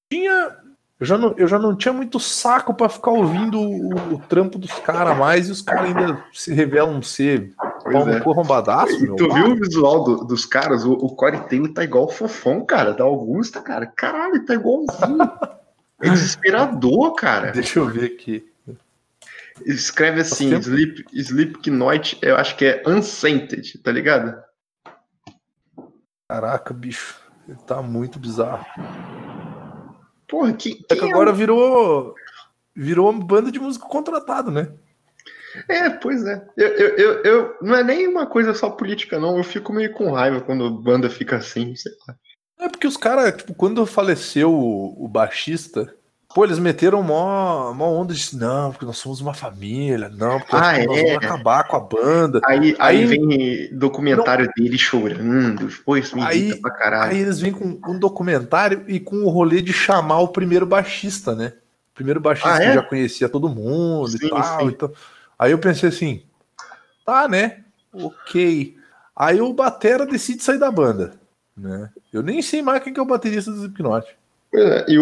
tinha. Eu já não tinha muito saco pra ficar ouvindo o trampo dos caras mais, e os caras ainda se revelam ser pau no cu arrombadaço, meu. E tu viu o visual dos caras? O Corey Taylor tá igual o Fofão, cara, da Augusta, cara. Caralho, ele tá igualzinho. É desesperador, cara. Deixa eu ver aqui. Escreve assim, Slipknot, eu acho que é Unscented, tá ligado? Caraca, bicho. Ele tá muito bizarro. Porra, que agora virou uma banda de música contratada, né? Pois é. Eu não é nem uma coisa só política, não. Eu fico meio com raiva quando a banda fica assim, sei lá. É porque os caras, tipo, quando faleceu o baixista, pô, eles meteram mó onda de não, porque nós somos uma família, não, porque nós vamos acabar com a banda. Aí vem documentário dele chorando, pô, isso me irrita pra caralho. Aí eles vêm com um documentário e com o rolê de chamar o primeiro baixista, né? O primeiro baixista que já conhecia todo mundo e tal. Então, aí eu pensei assim, tá, né? Ok. Aí o batera decide sair da banda, né? Eu nem sei mais quem que é o baterista do Slipknot. E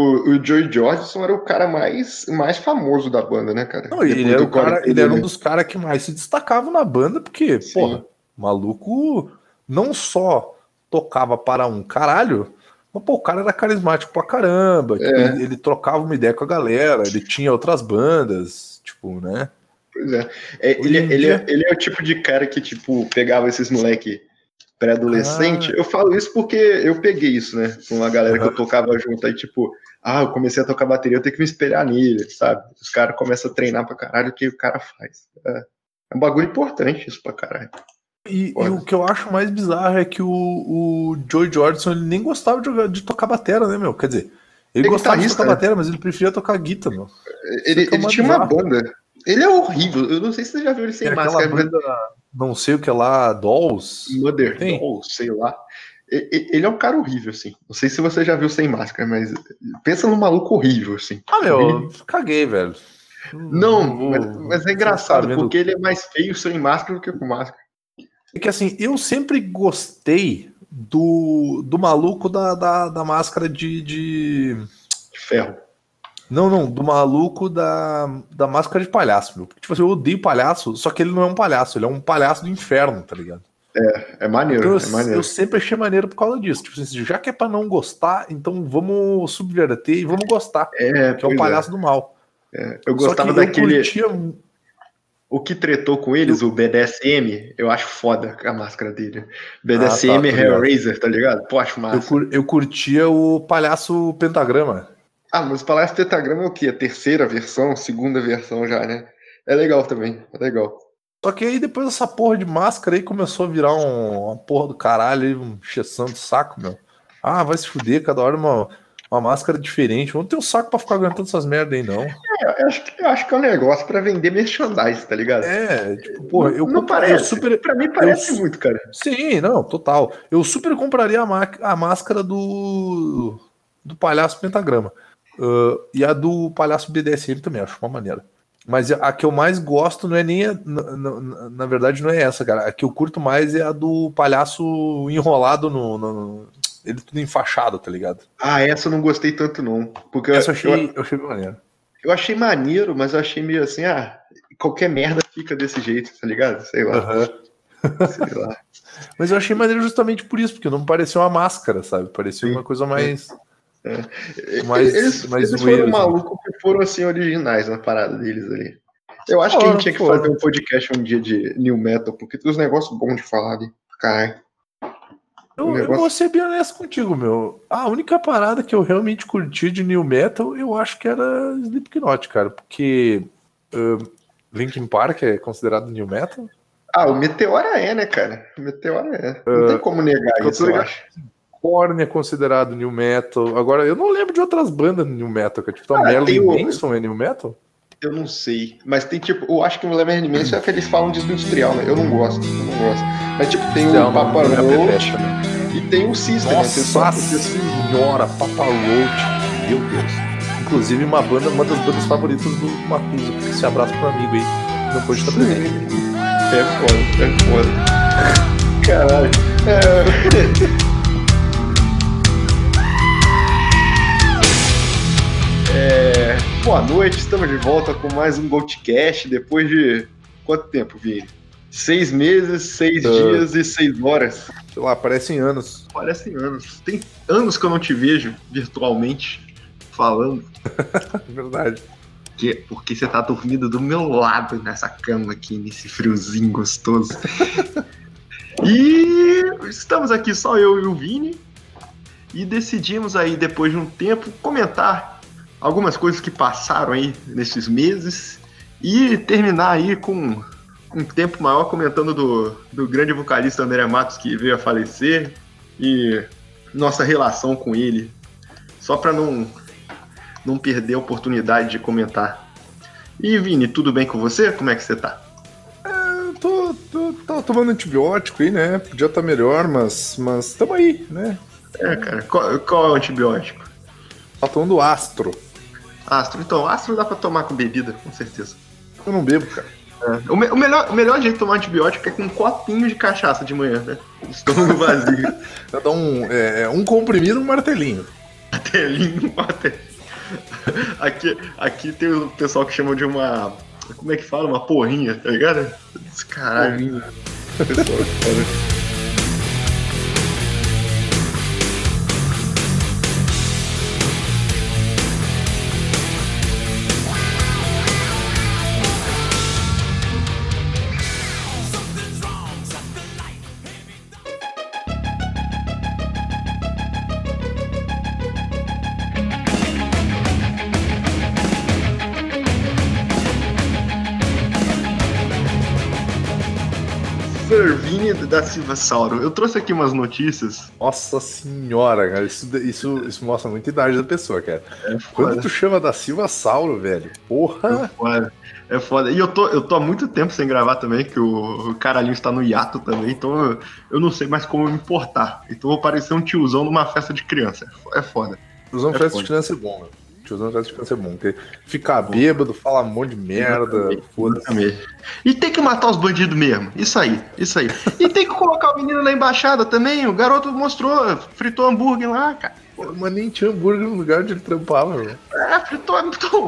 o Joey Jordison era o cara mais famoso da banda, né, cara? Não, ele era um dos caras que mais se destacavam na banda, porque, porra, o maluco não só tocava para um caralho, mas, pô, o cara era carismático pra caramba, tipo, ele trocava uma ideia com a galera, ele tinha outras bandas, tipo, né? Pois é. Ele é o tipo de cara que, tipo, pegava esses moleque pré-adolescente. Eu falo isso porque eu peguei isso, né? Com uma galera que eu tocava junto. Aí, tipo, eu comecei a tocar bateria, eu tenho que me espelhar nele, sabe? Os caras começam a treinar pra caralho o que o cara faz. É um bagulho importante isso pra caralho. E o que eu acho mais bizarro é que o Joey Jordison, ele nem gostava de tocar batera, né, meu? Quer dizer, ele gostava de tocar batera, mas ele preferia tocar guitarra, meu. Ele tinha uma banda. Ele é horrível. Eu não sei se você já viu ele sem máscara. Banda, não sei o que lá, Dolls. Mother Dolls, sei lá. Ele é um cara horrível, assim. Não sei se você já viu sem máscara, mas pensa num maluco horrível, assim. Meu, caguei, velho. Não, mas é engraçado, porque ele é mais feio sem máscara do que com máscara. É que assim, eu sempre gostei do maluco da máscara de ferro. Não, do maluco da máscara de palhaço, meu. Tipo assim, eu odeio palhaço, só que ele não é um palhaço, ele é um palhaço do inferno, tá ligado? É maneiro, então, eu sempre achei maneiro por causa disso. Tipo assim, já que é pra não gostar, então vamos subverter e vamos gostar. Que é o palhaço do mal. Eu gostava daquele... O que tretou com eles, o BDSM, eu acho foda a máscara dele. BDSM Hellraiser, tá ligado? Pô, acho massa. Eu curtia o palhaço pentagrama. Mas o palhaço pentagrama é o quê? A terceira versão, segunda versão já, né? É legal também, é legal. Só que aí depois essa porra de máscara aí começou a virar uma porra do caralho aí, um encheção de saco, meu. Vai se fuder, cada hora uma máscara diferente. Não tem um saco pra ficar aguentando essas merda aí, não. Eu acho que é um negócio pra vender merchandise, tá ligado? Tipo, porra, não parece. Pra mim parece muito, cara. Sim, não, total. Eu super compraria a máscara do palhaço pentagrama. E a do palhaço BDSM também, acho uma maneira. Mas a que eu mais gosto não é nem na verdade não é essa, cara. A que eu curto mais é a do palhaço enrolado ele tudo enfaixado, tá ligado? Essa eu não gostei tanto, não. Porque essa eu achei maneiro. Eu achei maneiro, mas eu achei meio assim, qualquer merda fica desse jeito, tá ligado? Sei lá. Sei lá. Mas eu achei maneiro justamente por isso, porque não parecia uma máscara, sabe? Parecia uma coisa mais... Eles foram malucos que foram assim originais na parada deles ali. Eu acho que a gente tinha que fazer um podcast um dia de new metal, porque tem uns negócios bons de falar ali. Caralho. Eu vou ser bem honesto contigo, meu. A única parada que eu realmente curti de new metal, eu acho que era Slipknot, cara, porque Linkin Park é considerado new metal? O Meteora né, cara? O Meteora Não tem como negar isso, eu acho. Korn é considerado new metal. Agora, eu não lembro de outras bandas new metal, que tipo, a Marilyn Manson é new metal? Eu não sei, mas tem tipo, eu acho que o Marilyn Manson é que eles falam de industrial, né? Eu não gosto. Mas tipo, tem o Papa Roach e tem o System. Nossa senhora, Papa Roach, meu Deus. Inclusive uma das bandas favoritas do Matusa. Esse abraço pro amigo aí, não pode estar presente. É foda. Caralho. boa noite, estamos de volta com mais um Goldcast depois de quanto tempo, Vini? 6 meses, 6 dias e 6 horas. Sei lá, parecem anos. Parecem anos. Tem anos que eu não te vejo virtualmente falando. Verdade. Porque você tá dormindo do meu lado nessa cama aqui, nesse friozinho gostoso. E estamos aqui só eu e o Vini. E decidimos aí, depois de um tempo, comentar algumas coisas que passaram aí nesses meses. E terminar aí com um tempo maior comentando do grande vocalista André Matos, que veio a falecer. E nossa relação com ele. Só pra não perder a oportunidade de comentar. E Vini, tudo bem com você? Como é que você tá? Tô tomando antibiótico aí, né? Podia estar melhor, mas tamo aí, né? Cara, qual é o antibiótico? Tá tomando Astro. Astro. Então, Astro dá pra tomar com bebida, com certeza. Eu não bebo, cara. O melhor jeito de tomar antibiótico é com um copinho de cachaça de manhã, né? Estômago vazio. Dá um comprimido e um martelinho. Martelinho. Aqui tem o pessoal que chama de uma... Como é que fala? Uma porrinha, tá ligado? Caralho. Pessoal, cara. Vini da Silva Sauro. Eu trouxe aqui umas notícias. Nossa senhora, cara. Isso mostra muita idade da pessoa, cara. Quando tu chama da Silva Sauro, velho. Porra! É foda. E eu tô há muito tempo sem gravar também, que o Caralhinho está no hiato também, então eu não sei mais como me importar. Então eu vou parecer um tiozão numa festa de criança. É foda. Tiozão festa de criança é bom, né? Tiozão festa de criança é bom. Porque ficar bêbado, falar um monte de merda, foda-se. E tem que matar os bandidos mesmo. Isso aí. E tem que colocar o menino na embaixada também. O garoto mostrou, fritou hambúrguer lá, cara. Pô, mas nem tinha hambúrguer no lugar onde ele trampava, velho. Fritou.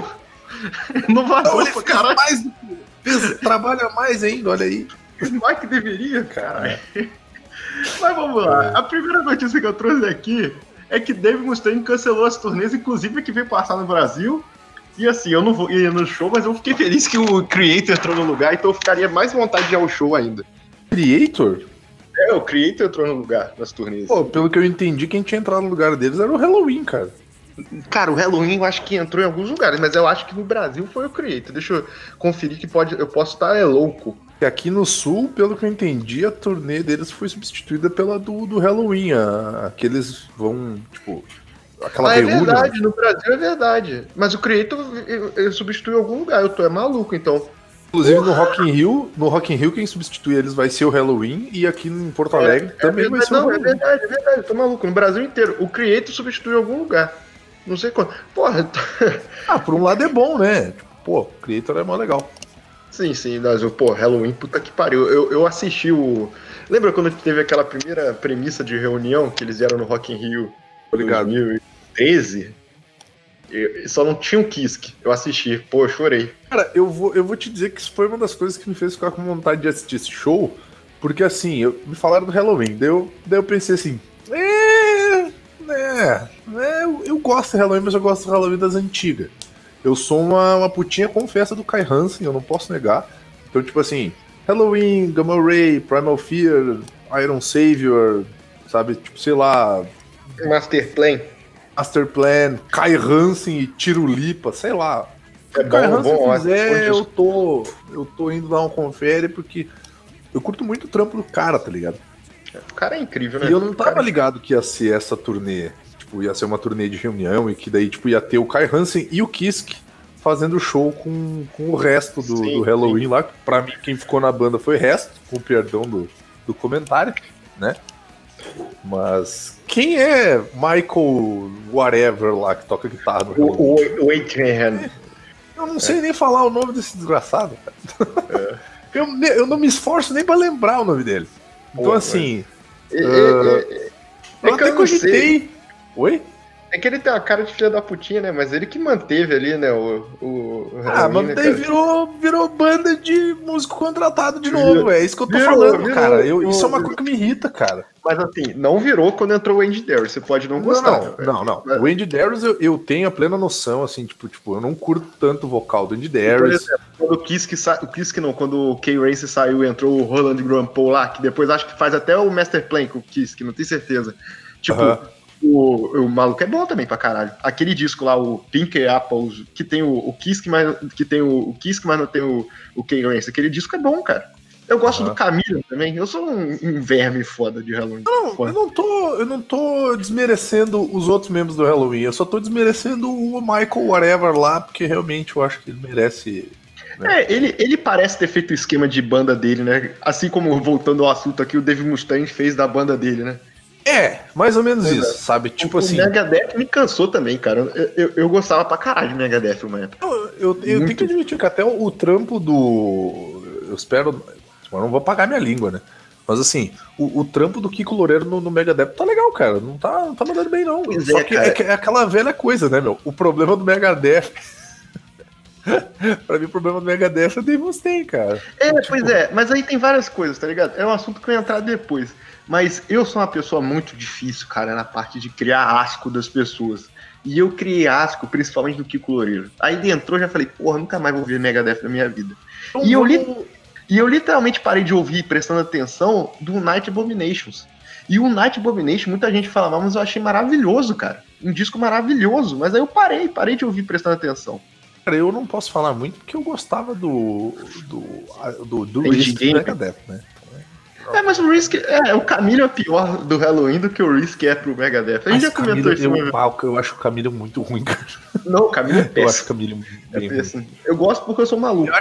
Inovador pra caralho. Trabalha mais ainda, olha aí. Mais que deveria, cara. Mas vamos lá. A primeira notícia que eu trouxe aqui é que Dave Mustaine cancelou as turnês, inclusive a que veio passar no Brasil. E assim, eu não vou ir no show, mas eu fiquei feliz que o Creator entrou no lugar, então eu ficaria mais vontade de ir ao show ainda. Creator? O Creator entrou no lugar nas turnês. Pô, pelo que eu entendi, quem tinha entrado no lugar deles era o Halloween, cara. Cara, o Halloween eu acho que entrou em alguns lugares, mas eu acho que no Brasil foi o Creator. Deixa eu conferir que eu posso estar louco. E aqui no Sul, pelo que eu entendi, a turnê deles foi substituída pela do Halloween. Aqueles vão, tipo... Aquela é verdade, no Brasil é verdade. Mas o Creator substitui algum lugar, eu tô maluco, então. Inclusive no Rock in Rio quem substitui eles vai ser o Halloween, e aqui em Porto Alegre também vai ser o Halloween. É verdade, eu tô maluco. No Brasil inteiro, o Creator substitui algum lugar. Não sei quando. Porra. Por um lado é bom, né? Pô, o Creator é mó legal. Sim, mas Halloween, puta que pariu. Eu assisti o... Lembra quando teve aquela primeira premissa de reunião que eles eram no Rock in Rio em 2013? Só não tinha um Kiske. Eu assisti. Pô, eu chorei. Cara, eu vou te dizer que isso foi uma das coisas que me fez ficar com vontade de assistir esse show, porque assim, me falaram do Halloween, daí eu pensei assim, eu gosto do Halloween, mas eu gosto do Halloween das antigas. Eu sou uma putinha confessa do Kai Hansen, eu não posso negar. Então, tipo assim, Halloween, Gamma Ray, Primal Fear, Iron Savior, sabe? Tipo, sei lá... Master Plan, Kai Hansen e Tirulipa, sei lá. É bom, Kai Hansen quiser, eu tô indo dar um confere, porque eu curto muito o trampo do cara, tá ligado? O cara é incrível, né? E eu não tava ligado que ia ser essa turnê. Tipo, ia ser uma turnê de reunião e que daí, tipo, ia ter o Kai Hansen e o Kiske fazendo show com o resto do Halloween lá. Pra mim, quem ficou na banda foi o resto, com o perdão do comentário, né? Mas quem é Michael Whatever lá que toca guitarra no Halloween? O Adrian. Eu não sei nem falar o nome desse desgraçado, cara. Eu não me esforço nem pra lembrar o nome dele. Então, assim... eu até cogitei... Oi? É que ele tem uma cara de filha da putinha, né? Mas ele que manteve ali, né? O Halloween, mas daí né, virou banda de músico contratado de novo. É isso que eu tô falando, cara. Isso é uma coisa que me irrita, cara. Mas assim, não virou quando entrou o Andy Darius. Você pode não gostar. Não. O Andy Darius eu tenho a plena noção, assim, tipo, eu não curto tanto o vocal do Andy Darius. Por exemplo, quando quando o Kay Race saiu e entrou o Roland Grumpow lá, que depois acho que faz até o Master Plan com o Kiss, não tenho certeza. Tipo, o maluco é bom também pra caralho. Aquele disco lá, o Pink Apples, que tem o Kiss, mas não tem o Kay Race. Aquele disco é bom, cara. Eu gosto do Camilo também. Eu sou um verme foda de Halloween. Eu não tô desmerecendo os outros membros do Halloween. Eu só tô desmerecendo o Michael Whatever lá, porque realmente eu acho que ele merece. Né? Ele parece ter feito o esquema de banda dele, né? Assim como, voltando ao assunto aqui, o Dave Mustaine fez da banda dele, né? Mais ou menos isso, sabe? Tipo assim. O Megadeth me cansou também, cara. Eu gostava pra caralho de Megadeth, mano. Eu tenho que admitir que até o trampo do. Eu espero. Eu não vou pagar minha língua, né? Mas assim, o trampo do Kiko Loureiro no Megadeth tá legal, cara. Não tá mandando bem, não. Só que é aquela velha coisa, né, meu? O problema do Megadeth. Pra mim, o problema do Megadeth é o Dave Mustaine, cara. Pois é, mas aí tem várias coisas, tá ligado? É um assunto que eu ia entrar depois. Mas eu sou uma pessoa muito difícil, cara, na parte de criar asco das pessoas. E eu criei asco, principalmente do Kiko Loureiro. Aí ele entrou e já falei, porra, nunca mais vou ver Megadeth na minha vida. E eu literalmente parei de ouvir, prestando atenção, do Night Abominations. E o Night Abomination, muita gente fala mal, mas eu achei maravilhoso, cara. Um disco maravilhoso. Mas aí eu parei de ouvir, prestando atenção. Cara, eu não posso falar muito porque eu gostava do Risk do Megadeth, né? Mas o Risk, o Camilo é pior do Halloween do que o Risk é pro Megadeth. A gente já comentou isso. Eu acho o Camilo muito ruim, cara. Não, o Camilo é péssimo. Eu acho o Camilo bem ruim. Eu gosto porque eu sou maluco.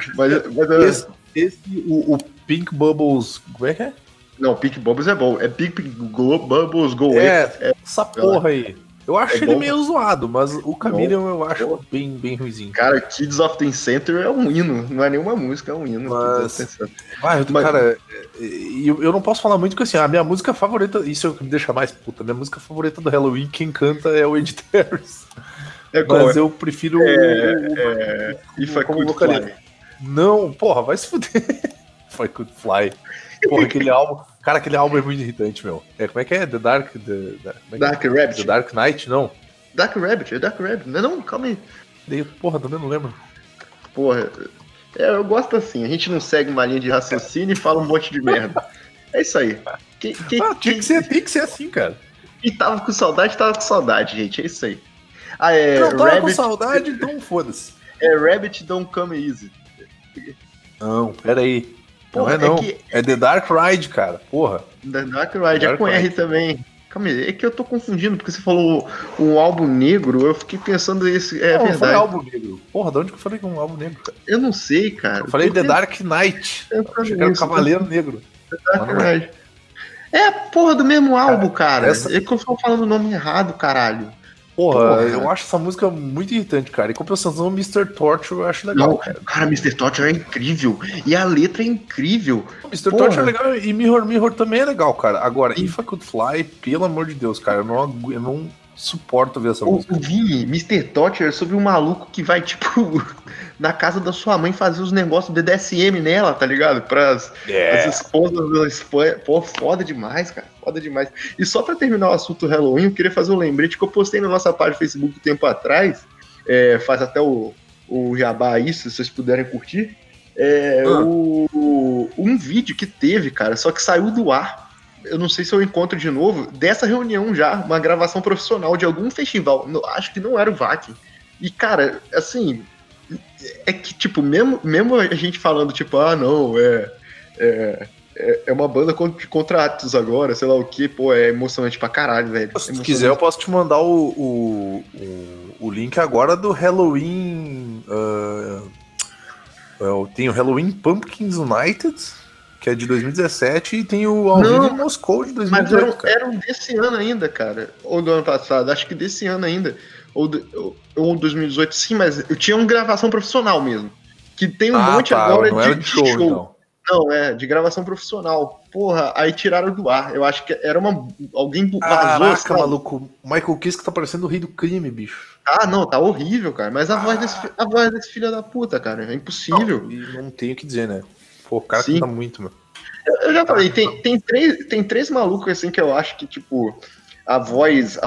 O Pink Bubbles, como é que é? Não, Pink Bubbles é bom. É Pink Bubbles Go essa porra aí. Eu acho ele meio zoado, mas o Camilo eu acho bem ruizinho. Cara, Kids of the Center é um hino, não é nenhuma música, é um hino. Cara, eu não posso falar muito porque assim, a minha música favorita, isso é o que me deixa mais puta, a minha música favorita do Halloween, quem canta é o Ed Harris. Mas eu prefiro If I Could Fly. Não, porra, vai se fuder. If I Could Fly. Porra, aquele álbum é muito irritante, meu. Como é que é? Dark Rabbit. The Dark Knight, não? Dark Rabbit. Não, calma aí. Porra, também não lembro. Porra, eu gosto assim, a gente não segue uma linha de raciocínio e fala um monte de merda. É isso aí. Tem que ser assim, cara. Quem tava com saudade, gente, é isso aí. Não tava com saudade, então foda-se. Rabbit Don't Come Easy. Não, peraí. Porra, não. É The Dark Ride, cara. Porra. The Dark Ride, é com R também. Calma aí, é que eu tô confundindo, porque você falou um álbum negro, eu fiquei pensando isso. Não, verdade. Não foi álbum negro. Porra, de onde que eu falei que é um álbum negro, cara? Eu não sei, cara. Eu falei The Dark Knight. Eu achei que era o Cavaleiro Negro. The Dark Ride. É a porra do mesmo álbum, cara. É que eu tô falando o nome errado, caralho. Porra, eu acho essa música muito irritante, cara. Em compensação, Mr. Torture eu acho legal. Não, cara, Mr. Torture é incrível. E a letra é incrível. Mr. Torture é legal e Mirror também é legal, cara. Agora, If I Could Fly, pelo amor de Deus, cara, eu não suporto ver essa música. Eu vi Mr. Torture sobre um maluco que vai, tipo, na casa da sua mãe fazer os negócios de DSM nela, tá ligado? As esposas. Pô, foda demais, cara. Foda demais. E só pra terminar o assunto Halloween, eu queria fazer um lembrete que eu postei na nossa página do Facebook um tempo atrás. Faz até o jabá aí, se vocês puderem curtir. Um vídeo que teve, cara, só que saiu do ar. Eu não sei se eu encontro de novo, dessa reunião já, uma gravação profissional de algum festival. Acho que não era o VAC. E, cara, assim, é que, tipo, mesmo a gente falando, tipo, não, é uma banda de contratos agora, sei lá o que, pô, é emocionante pra caralho, velho. Se tu quiser, eu posso te mandar o link agora do Halloween. Tem o Halloween Pumpkins United, que é de 2017, e tem o Ao Vivo em Moscou de 2018. Mas eram desse ano ainda, cara. Ou do ano passado, acho que desse ano ainda. Ou 2018, sim, mas eu tinha uma gravação profissional mesmo. Que tem um monte agora de show. Então. Não, de gravação profissional. Porra, aí tiraram do ar. Eu acho que era alguém vazou. Caraca, maluco. O Michael Kiske tá parecendo o rei do crime, bicho. Ah, não, tá horrível, cara. Mas a voz desse filho da puta, cara, é impossível. Não, e não tenho o que dizer, né? Pô, o cara canta muito, meu. Eu já falei, tem três malucos assim que eu acho que, tipo, a voz.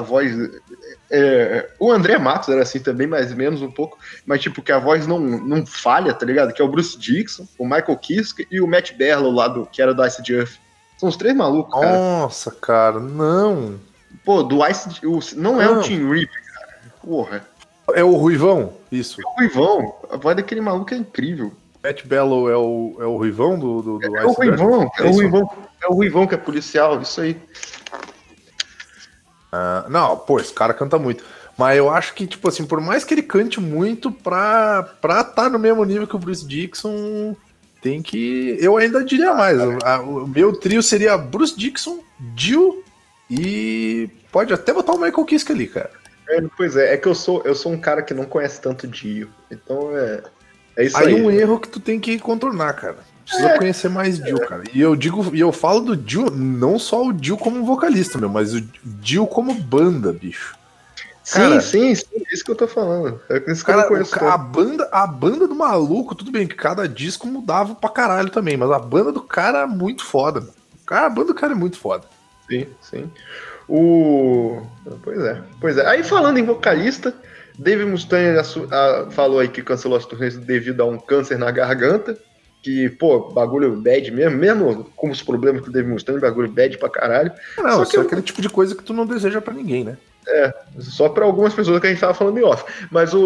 O André Matos era assim também, mais ou menos um pouco, mas tipo, que a voz não falha, tá ligado? Que é o Bruce Dickinson, o Michael Kiske e o Matt Berlow lá que era do Ice Earth. São os três malucos, cara. Nossa, cara, não. Pô, do Ice. Não é o Tim Ripper, cara. Porra. É o Ruivão? Isso. É o Ruivão. A voz daquele maluco é incrível. Matt Bellow é o Ruivão do é o Ruivão, é o Ruivão que é policial, isso aí. Não, pô, esse cara canta muito. Mas eu acho que, tipo assim, por mais que ele cante muito, pra tá no mesmo nível que o Bruce Dickinson, tem que... Eu ainda diria mais. O meu trio seria Bruce Dickinson, Dio e... Pode até botar o Michael Kiske ali, cara. Pois é que eu sou um cara que não conhece tanto Dio. Então é isso aí. Aí um erro que tu tem que contornar, cara. Precisa conhecer mais Dio, cara. E eu falo do Dio, não só o Dio como vocalista, mas o Dio como banda, bicho. Cara, sim, isso que eu tô falando. É isso que eu não conheço. A banda do maluco, tudo bem que cada disco mudava pra caralho também, mas a banda do cara é muito foda. A banda do cara é muito foda. Sim. Pois é. Aí falando em vocalista, Dave Mustaine falou aí que cancelou as turnês devido a um câncer na garganta. Que, pô, bagulho bad mesmo com os problemas que o Dave Mustaine, bagulho bad pra caralho. Não, só aquele tipo de coisa que tu não deseja pra ninguém, né? Só pra algumas pessoas que a gente tava falando em off.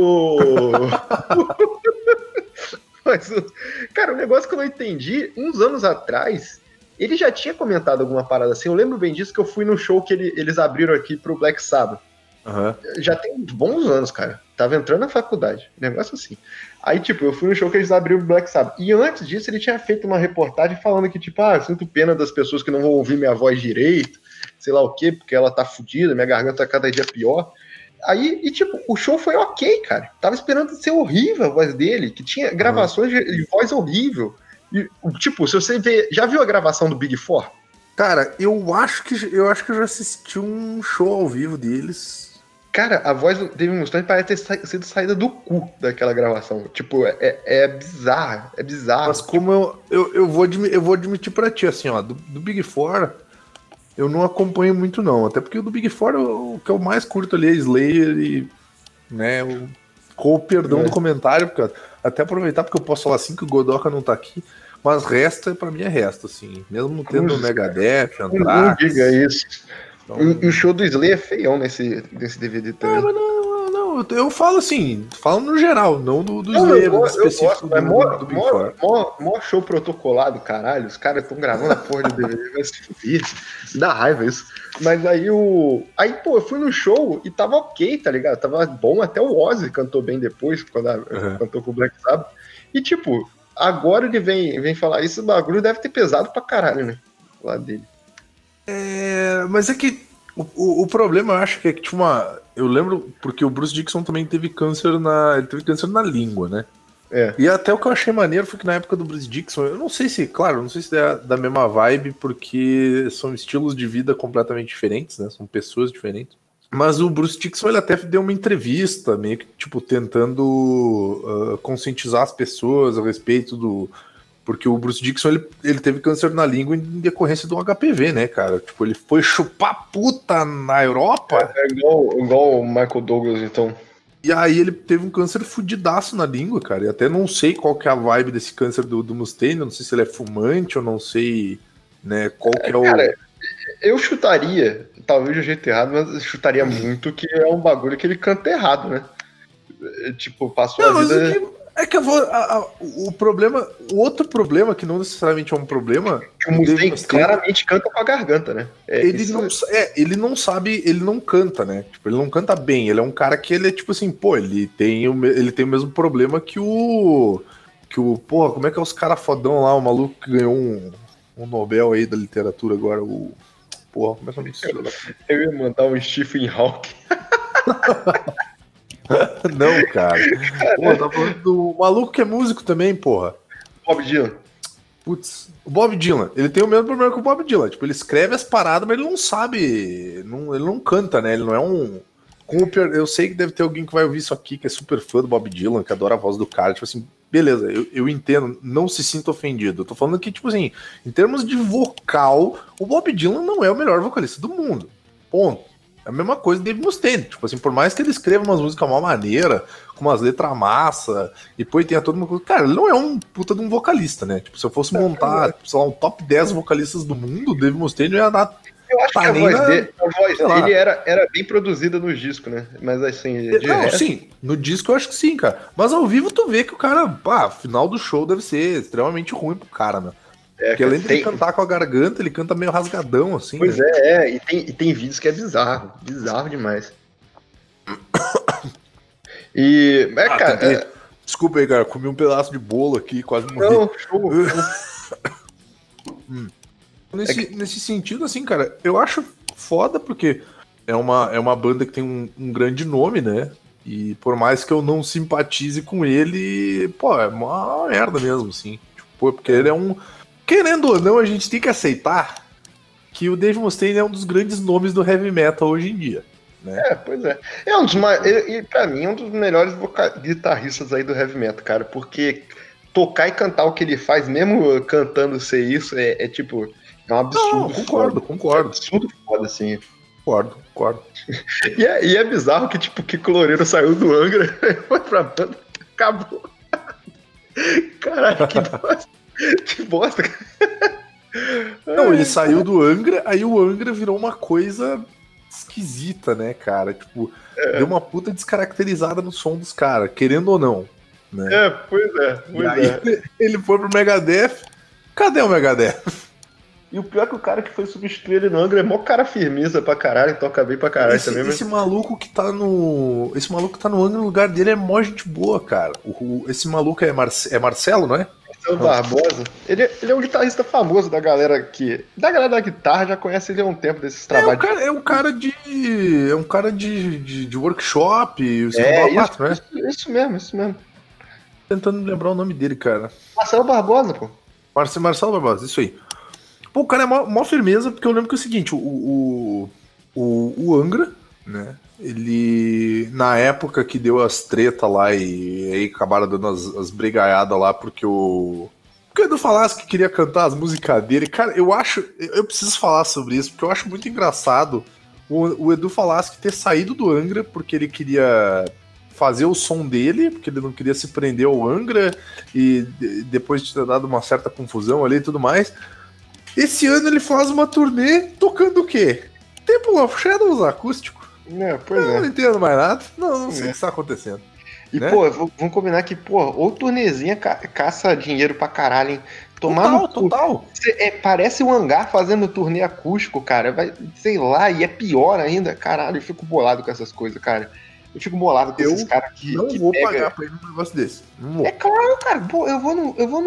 Cara, um negócio que eu não entendi, uns anos atrás, ele já tinha comentado alguma parada assim. Eu lembro bem disso que eu fui no show que eles abriram aqui pro Black Sabbath. Uhum. Já tem uns bons anos, cara. Tava entrando na faculdade. Negócio assim. Aí, tipo, eu fui no show que eles abriram o Black Sabbath. E antes disso, ele tinha feito uma reportagem falando que, tipo, eu sinto pena das pessoas que não vão ouvir minha voz direito, sei lá o quê, porque ela tá fodida, minha garganta tá cada dia pior. Aí, tipo, o show foi ok, cara. Tava esperando ser horrível a voz dele, que tinha gravações de voz horrível. E, tipo, se você vê... Já viu a gravação do Big Four? Cara, eu acho que eu já assisti um show ao vivo deles. Cara, a voz do Dave Mustaine parece ter sido saída do cu daquela gravação. Tipo, é bizarro, é bizarro. Mas como eu vou admitir pra ti, assim, ó, do Big Four, eu não acompanho muito não. Até porque o do Big Four, o que eu mais curto ali é Slayer e, né, com o perdão do comentário, porque até aproveitar porque eu posso falar assim que o Godoka não tá aqui, mas resta, pra mim é resta, assim. Mesmo tendo o Megadeth, Anthrax... Não diga isso. Então... E o show do Slayer é feião nesse DVD também. Mas não, eu falo assim, falo no geral, não do Slayer específico do Big Four. Mó show protocolado, caralho, os caras estão gravando a porra de DVD, vai se fuder, dá raiva isso. Mas aí pô, eu fui no show e tava ok, tá ligado? Tava bom, até o Ozzy cantou bem depois, quando cantou com o Black Sabbath. E tipo, agora ele vem falar isso, o bagulho deve ter pesado pra caralho, né? Lá dele. Mas é que o problema, eu acho que é que tinha uma... Eu lembro, porque o Bruce Dickinson também teve câncer na língua, né? E até o que eu achei maneiro foi que na época do Bruce Dickinson, eu não sei se é da mesma vibe, porque são estilos de vida completamente diferentes, né? São pessoas diferentes. Mas o Bruce Dickinson, ele até deu uma entrevista, meio que, tipo, tentando conscientizar as pessoas a respeito do... Porque o Bruce Dickinson, ele teve câncer na língua em decorrência do HPV, né, cara? Tipo, ele foi chupar puta na Europa. Igual o Michael Douglas, então. E aí ele teve um câncer fudidaço na língua, cara. E até não sei qual que é a vibe desse câncer do Mustaine. Eu não sei se ele é fumante, eu não sei, né, qual que é o... Cara, eu chutaria, talvez de jeito errado, mas eu chutaria muito que é um bagulho que ele canta errado, né? Tipo, passou a vida... É que o problema, o outro problema, que não necessariamente é um problema... Que o Mustaine claramente canta com a garganta, né? Ele não sabe, ele não canta, né? Tipo, ele não canta bem, ele é um cara que ele é tipo assim, pô, ele tem o mesmo problema que o porra, como é que é os caras fodão lá, o maluco que ganhou um Nobel aí da literatura agora, porra, como é que é o nome disso? Eu ia mandar um Stephen Hawking. Não, cara. Pô, tá falando do maluco que é músico também, porra. Bob Dylan. Putz, o Bob Dylan, ele tem o mesmo problema que o Bob Dylan. Tipo, ele escreve as paradas, mas ele não sabe. Ele não canta, né? Ele não é um. Eu sei que deve ter alguém que vai ouvir isso aqui, que é super fã do Bob Dylan, que adora a voz do cara. Tipo assim, beleza, eu entendo, não se sinta ofendido. Eu tô falando que, tipo assim, em termos de vocal, o Bob Dylan não é o melhor vocalista do mundo. Ponto. É a mesma coisa do Dave Mustaine. Tipo assim, por mais que ele escreva umas músicas mal maneira, com umas letras massa, e depois tenha toda uma coisa. Cara, ele não é um puta de um vocalista, né? Tipo, se eu fosse montar, sei lá, um top 10 vocalistas do mundo, o Dave Mustaine ia dar. Eu acho que a voz dele era bem produzida nos discos, né? Mas assim. Resto... sim, no disco eu acho que sim, cara. Mas ao vivo tu vê que o cara, pá, final do show deve ser extremamente ruim pro cara, né? Porque além de ele cantar com a garganta, ele canta meio rasgadão, assim. Pois né? E tem vídeos que é bizarro demais. E. Cara. Desculpa aí, cara, comi um pedaço de bolo aqui, quase morri. Não, show. Nesse sentido, assim, cara, eu acho foda porque é uma banda que tem um grande nome, né? E por mais que eu não simpatize com ele, pô, é uma merda mesmo, assim. Tipo, porque ele é um... Querendo ou não, a gente tem que aceitar que o Dave Mustaine é um dos grandes nomes do heavy metal hoje em dia, né? Pois é. É um dos mais... E pra mim é um dos melhores guitarristas aí do heavy metal, cara, porque tocar e cantar o que ele faz, mesmo cantando ser isso, é tipo... É um absurdo. Não, concordo. É um absurdo foda, assim. Concordo. E é bizarro que, tipo, que Loureiro saiu do Angra e foi pra banda. Acabou. Caralho, que bosta. Não, ele saiu do Angra, aí o Angra virou uma coisa esquisita, né, cara? Tipo, deu uma puta descaracterizada no som dos caras, querendo ou não. Né? Pois é. Ele foi pro Megadeth. Cadê o Megadeth? E o pior é que o cara que foi substituir ele no Angra é mó cara firmeza pra caralho, toca bem pra caralho também. Esse maluco que tá no. Esse maluco que tá no Angra, no lugar dele é mó gente boa, cara. Esse maluco é Marcelo, não é? Marcelo Barbosa. Ele é um guitarrista famoso da galera que. Da galera da guitarra já conhece ele há um tempo desses trabalhos. É um cara de workshop, Isso mesmo. Tentando lembrar o nome dele, cara. Marcelo Barbosa, pô. Marcelo Barbosa, isso aí. Pô, o cara é mó firmeza, porque eu lembro que é o seguinte, o Angra, né, ele, na época que deu as tretas lá e aí acabaram dando as brigaiadas lá, porque o Edu Falaschi que queria cantar as músicas dele, cara, eu preciso falar sobre isso, porque eu acho muito engraçado o Edu Falaschi ter saído do Angra, porque ele queria fazer o som dele, porque ele não queria se prender ao Angra, e depois de ter dado uma certa confusão ali e tudo mais... Esse ano ele faz uma turnê tocando o quê? Temple of Shadows acústico. Não entendo mais nada. Não sei o que está acontecendo. E, né? Pô, vamos combinar que, pô, ou turnezinha caça dinheiro pra caralho, hein? Total. Parece um hangar fazendo turnê acústico, cara. Vai, sei lá, e é pior ainda. Caralho, eu fico bolado com essas coisas, cara. Eu fico bolado com esses caras que. Não vou pagar pra ir num negócio desse. É claro, cara. Pô, eu vou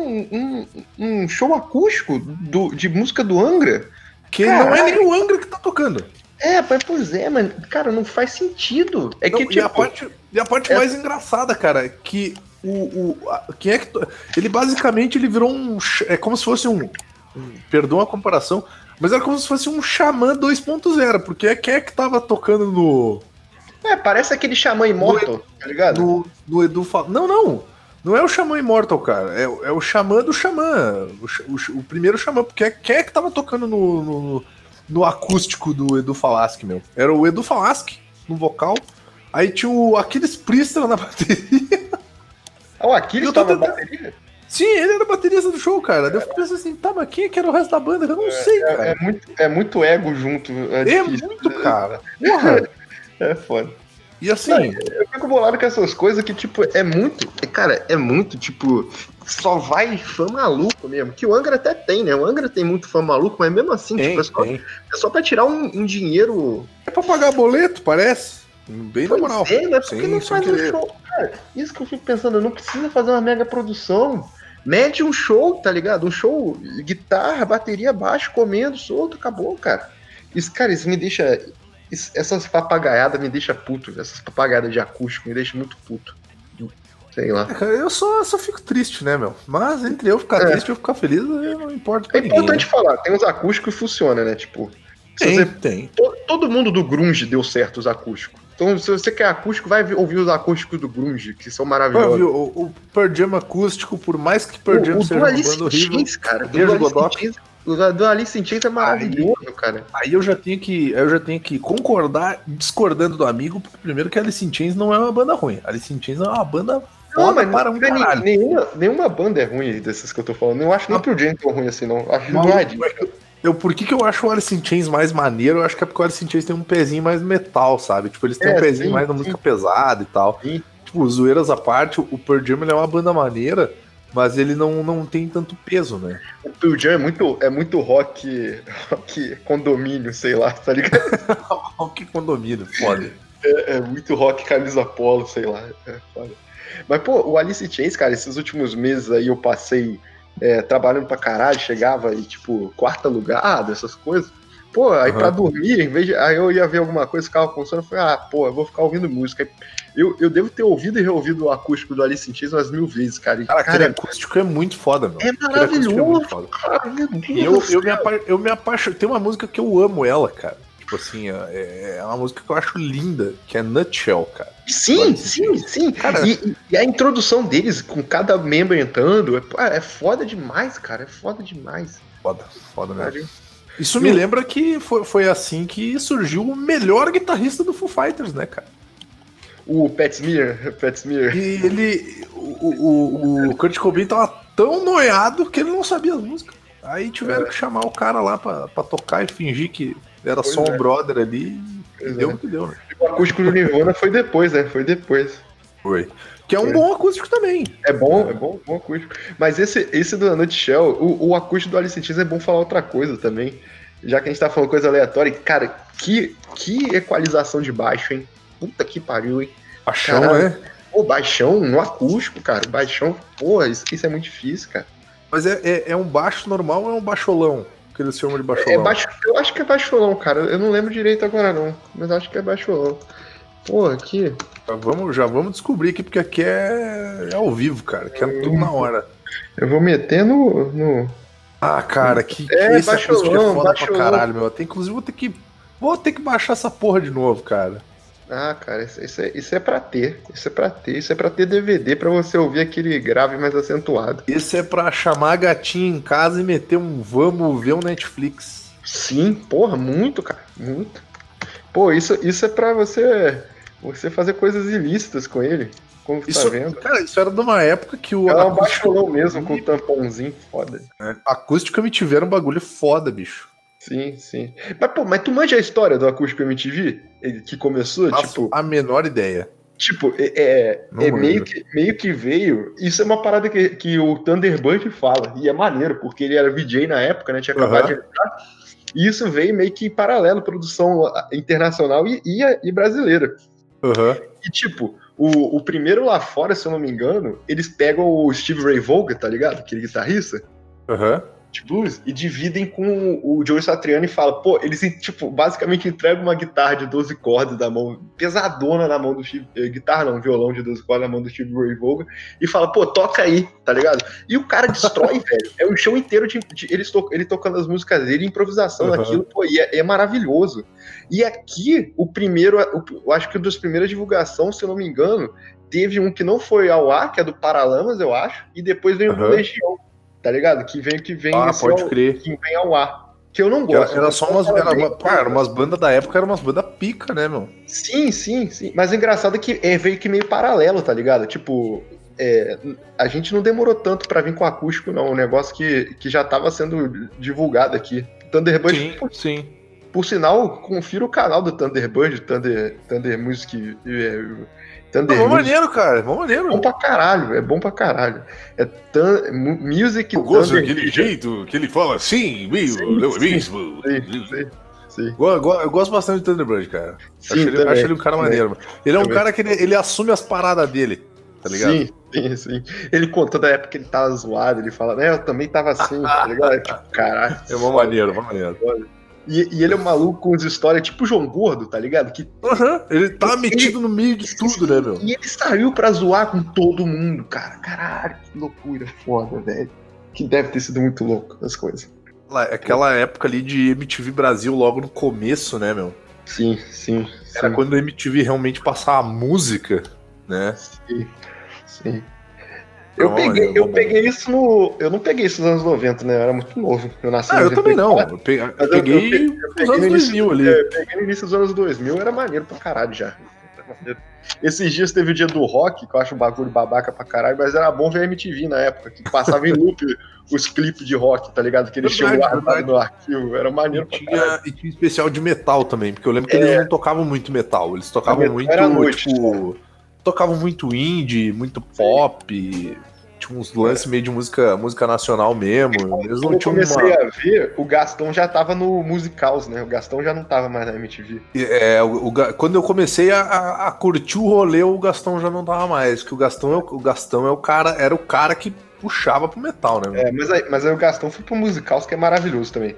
num show acústico de música do Angra. Que não é nem o Angra que tá tocando. Pois é, mas, cara, não faz sentido. É que, tipo, e a parte mais engraçada, cara, que quem é que. Ele basicamente virou um. É como se fosse perdão a comparação, mas era como se fosse um Xamã 2.0, porque quem é que tava tocando no. Parece aquele Xamã Immortal, tá ligado? No Edu Não é o Xamã Immortal, cara. É o Xamã do Xamã. O primeiro Xamã. Porque quem é que tava tocando no acústico do Edu Falaschi, meu? Era o Edu Falaschi no vocal. Aí tinha o Aquiles Priester na bateria. O Aquiles tava na bateria? Sim, ele era baterista do show, cara. Eu fico pensando assim, mas quem é que era o resto da banda? Eu não sei, cara. É muito ego junto. É muito, cara. Porra. É foda. E assim... eu fico bolado com essas coisas que, tipo, é muito, tipo, só vai fã maluco mesmo. Que o Angra até tem, né? O Angra tem muito fã maluco, mas mesmo assim, é só pra tirar um dinheiro... É pra pagar boleto, parece. Bem na moral. Mas por que não faz um show? Cara, isso que eu fico pensando, não precisa fazer uma mega produção. Mede um show, tá ligado? Um show, guitarra, bateria, baixo, comendo, solto, acabou, cara. Isso me deixa... Essas papagaiadas me deixam puto, essas papagaiadas de acústico me deixam muito puto. Sei lá. Cara, eu só fico triste, né, meu? Mas entre eu ficar triste e eu ficar feliz, eu não importa pra É ninguém. importante Né? falar, tem uns acústicos que funcionam, né? Tipo, Tem. Todo mundo do grunge deu certo os acústicos. Então, se você quer acústico, vai ouvir os acústicos do grunge, que são maravilhosos. O Pearl Jam acústico, por mais que Pearl Jam seja uma banda horrível, cara. beijo, Godok. O do Alice in Chains é maravilhoso, cara. Aí eu já tenho que concordar discordando do amigo, porque primeiro que Alice in Chains não é uma banda ruim. Alice in Chains é uma banda foda para um caralho. Nenhuma banda é ruim dessas que eu tô falando. Eu acho nem pro Jam tão ruim assim, não. Acho por que eu acho o Alice in Chains mais maneiro? Eu acho que é porque o Alice in Chains tem um pezinho mais metal, sabe? Tipo, eles têm um pezinho mais na música pesada e tal. Sim. Tipo, zoeiras à parte, o Pearl Jam ele é uma banda maneira, mas ele não tem tanto peso, né? O Pearl Jam é muito rock condomínio, sei lá, tá ligado? Rock condomínio, foda. É muito rock camisa polo, sei lá. É foda. Mas, pô, o Alice in Chains, cara, esses últimos meses aí eu passei trabalhando pra caralho, chegava e, tipo, quarta lugar, dessas coisas. Pô, aí pra dormir, aí eu ia ver alguma coisa, ficava com sono, eu falei, eu vou ficar ouvindo música. Eu devo ter ouvido e reouvido o acústico do Alice in Chains umas 1000 vezes, cara. Cara, aquele acústico é muito foda, meu. É maravilhoso, cara. Eu me apaixonei. Tem uma música que eu amo ela, cara. Tipo assim, é uma música que eu acho linda, que é Nutshell, cara. Sim. Cara, e a introdução deles, com cada membro entrando, é foda demais, cara. É foda demais. Foda mesmo. Isso me lembra que foi assim que surgiu o melhor guitarrista do Foo Fighters, né, cara? O Pat Smear. E o Kurt Cobain tava tão noiado que ele não sabia as músicas. Aí tiveram que chamar o cara lá pra tocar e fingir que era só um brother ali. E deu o que deu, né? O acústico do Nirvana foi depois, né? Foi. Que é um bom acústico também. É bom acústico. Mas esse do Nutshell, o acústico do Alice in Chains é bom falar outra coisa também. Já que a gente tá falando coisa aleatória, cara, que equalização de baixo, hein? Puta que pariu, hein? Baixão, né? Pô, baixão no acústico, cara. Baixão, porra, isso é muito difícil, cara. Mas é um baixo normal ou é um baixolão? Que eles chamam de baixolão? Eu acho que é baixolão, cara. Eu não lembro direito agora, não. Mas acho que é baixolão. Porra, aqui. Já vamos descobrir aqui, porque aqui é ao vivo, cara. Aqui é tudo na hora. Eu vou meter no... Ah, cara, esse acústico é foda baixolão. pra caralho, meu. Inclusive, vou ter que baixar essa porra de novo, cara. Ah, cara, isso é pra ter. Isso é pra ter DVD pra você ouvir aquele grave mais acentuado. Esse é pra chamar a gatinha em casa e meter vamos ver um Netflix. Sim, porra, muito, cara, muito. Pô, isso é pra você fazer coisas ilícitas com ele, como você tá vendo. Cara, isso era de uma época que o Ela baixolão mesmo, com o tampãozinho foda. Acústica me tiveram um bagulho foda, bicho. Sim. Mas tu manja a história do Acústico MTV? Que começou, a menor ideia. Tipo, meio que veio... Isso é uma parada que o Thunderbird fala, e é maneiro, porque ele era VJ na época, né? Tinha acabado de entrar. E isso veio meio que em paralelo, produção internacional e brasileira. E tipo, o primeiro lá fora, se eu não me engano, eles pegam o Steve Ray Vaughan, tá ligado? Aquele guitarrista. De blues, e dividem com o Joe Satriani e fala, pô, eles, tipo, basicamente entregam uma guitarra de 12 cordas da mão, pesadona na mão do Steve, violão de 12 cordas na mão do Steve Ray Vaughan, e fala, pô, toca aí, tá ligado? E o cara destrói, velho, é um show inteiro ele tocando as músicas dele, improvisação naquilo, pô, e é maravilhoso. E aqui, eu acho que uma das primeiras divulgações, se eu não me engano, teve um que não foi ao ar, que é do Paralamas, eu acho, e depois veio do Legião. Tá ligado? Que vem pode crer. Que vem ao ar. Que eu não gosto. Era só umas bandas da época, eram umas bandas pica, né, meu? Sim. Mas o engraçado é que veio que meio paralelo, tá ligado? Tipo, a gente não demorou tanto pra vir com acústico, não. Um negócio que já tava sendo divulgado aqui. Thunderbird. Sim. Por sinal, confira o canal do Thunderbird, Thunder Music. Vamos maneiro, cara. Vamos maneiro. É bom pra caralho. Music. Eu gosto daquele jeito que ele fala assim, meio mesmo. Sim. Eu gosto bastante do Thunderbird, cara. Acho ele um cara maneiro. Ele é um cara que ele assume as paradas dele, tá ligado? Sim. Ele contou da época que ele tava zoado, ele fala, né, eu também tava assim, tá ligado? Tipo, caralho. Vamos maneiro. E ele é um maluco com as histórias tipo João Gordo, tá ligado? Que ele tá metido no meio de tudo, né, meu? E ele saiu pra zoar com todo mundo, cara. Caralho, que loucura foda, velho. Que deve ter sido muito louco as coisas. Aquela época ali de MTV Brasil, logo no começo, né, meu? Sim. Era quando a MTV realmente passava música, né? Sim. Eu peguei isso no. Eu não peguei isso nos anos 90, né? Eu era muito novo. Eu nasci eu também não. Eu peguei nos anos 2000 ali. Eu peguei no início dos anos 2000, era maneiro pra caralho já. Esses dias teve o dia do rock, que eu acho um bagulho babaca pra caralho, mas era bom ver a MTV na época, que passava em loop os clipes de rock, tá ligado? Que eles tinham guardado no arquivo, era maneiro pra caralho. E tinha especial de metal também, porque eu lembro que eles não tocavam muito metal, eles tocavam muito, tipo... Tocavam muito indie, muito pop... Tinha uns lances meio de música nacional mesmo. Eles não tinham comecei a ver, o Gastão já tava no Musicals, né? O Gastão já não tava mais na MTV. Quando eu comecei a curtir o rolê, o Gastão já não tava mais. Que o Gastão é o cara, era o cara que puxava pro metal, né? Mas aí o Gastão foi pro Musicals, que é maravilhoso também.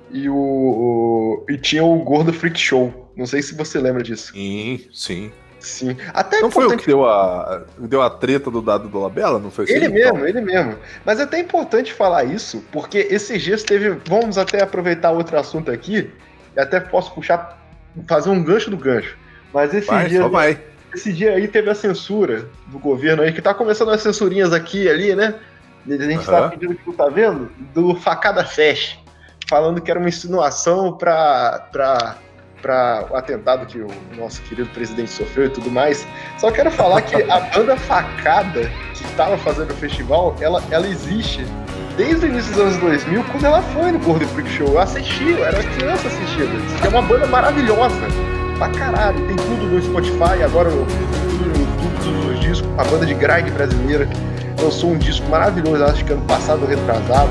E tinha o Gordo Freak Show. Não sei se você lembra disso. Sim. Até não foi o que deu a treta do Dado do Labella? Não foi ele mesmo. Mas é até importante falar isso, porque esses dias teve... Vamos até aproveitar outro assunto aqui, e até posso fazer um gancho do gancho. Mas esse dia aí teve a censura do governo aí, que tá começando as censurinhas aqui e ali, né? A gente tá pedindo que tu tá vendo, do Facada Fest, falando que era uma insinuação para o atentado que o nosso querido presidente sofreu e tudo mais. Só quero falar que a banda Facada, que estava fazendo o festival, ela existe desde o início dos anos 2000, quando ela foi no Gordo Freak Show. Eu assisti, eu era criança assistindo. É uma banda maravilhosa, pra caralho. Tem tudo no Spotify, agora tudo no YouTube, todos os discos. A banda de grind brasileira lançou um disco maravilhoso, acho que ano passado ou retrasado.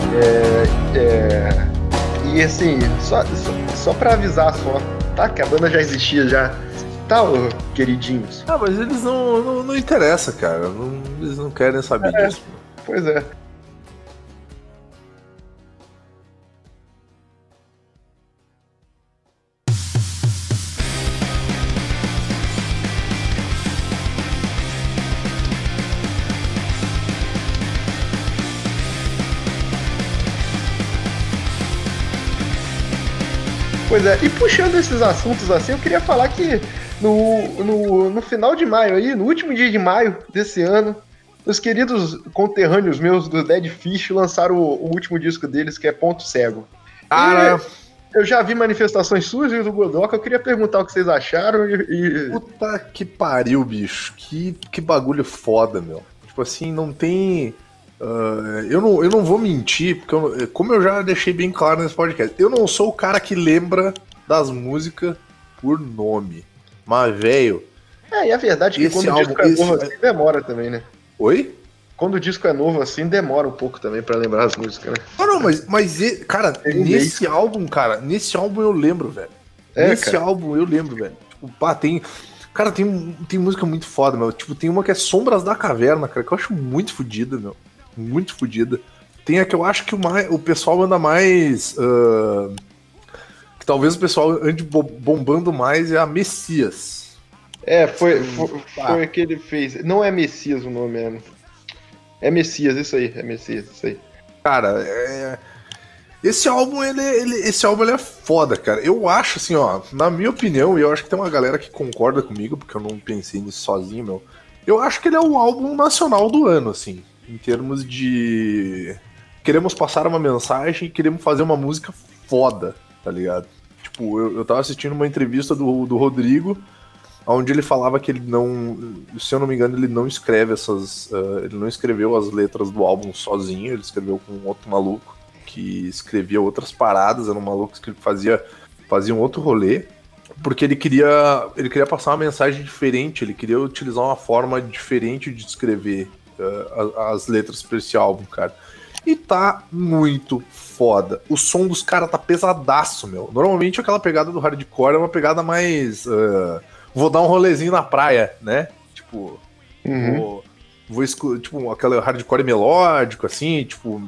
E assim, só pra avisar só, tá? Que a banda já existia já. Tá, queridinhos? Mas eles não interessa, cara. Eles não querem saber disso. Pois é. Pois é, e puxando esses assuntos assim, eu queria falar que no final de maio aí, no último dia de maio desse ano, os queridos conterrâneos meus do Dead Fish lançaram o último disco deles, que é Ponto Cego. Eu já vi manifestações suas e do Godoka, eu queria perguntar o que vocês acharam e... Puta que pariu, bicho. Que bagulho foda, meu. Tipo assim, não tem... eu não vou mentir, porque como eu já deixei bem claro nesse podcast, eu não sou o cara que lembra das músicas por nome. Mas, velho... e a verdade é que quando o disco é novo assim, demora também, né? Oi? Quando o disco é novo assim, demora um pouco também pra lembrar as músicas, né? Mas cara, nesse álbum eu lembro, velho. Álbum eu lembro, velho. Tipo, Cara, tem música muito foda, meu. Tipo, tem uma que é Sombras da Caverna, cara, que eu acho muito fodida, meu. Muito fodida. Tem a que eu acho que o pessoal anda mais... que talvez o pessoal ande bombando mais, é a Messias. Foi a que ele fez. Não é Messias o nome, é Messias, isso aí. É Messias, isso aí. Cara, esse álbum, ele é foda, cara. Eu acho, assim, ó, na minha opinião, e eu acho que tem uma galera que concorda comigo, porque eu não pensei nisso sozinho, meu. Eu acho que ele é o álbum nacional do ano, assim, em termos de... Queremos passar uma mensagem e queremos fazer uma música foda, tá ligado? Tipo, eu tava assistindo uma entrevista do Rodrigo, onde ele falava que ele não, se eu não me engano, ele não escreve ele não escreveu as letras do álbum sozinho, ele escreveu com um outro maluco que escrevia outras paradas, era um maluco que fazia um outro rolê, porque ele queria passar uma mensagem diferente, ele queria utilizar uma forma diferente de escrever as letras pra esse álbum, cara. E tá muito foda. O som dos caras tá pesadaço, meu. Normalmente aquela pegada do hardcore é uma pegada mais... vou dar um rolezinho na praia, né? Tipo, tipo, aquele hardcore melódico, assim, tipo,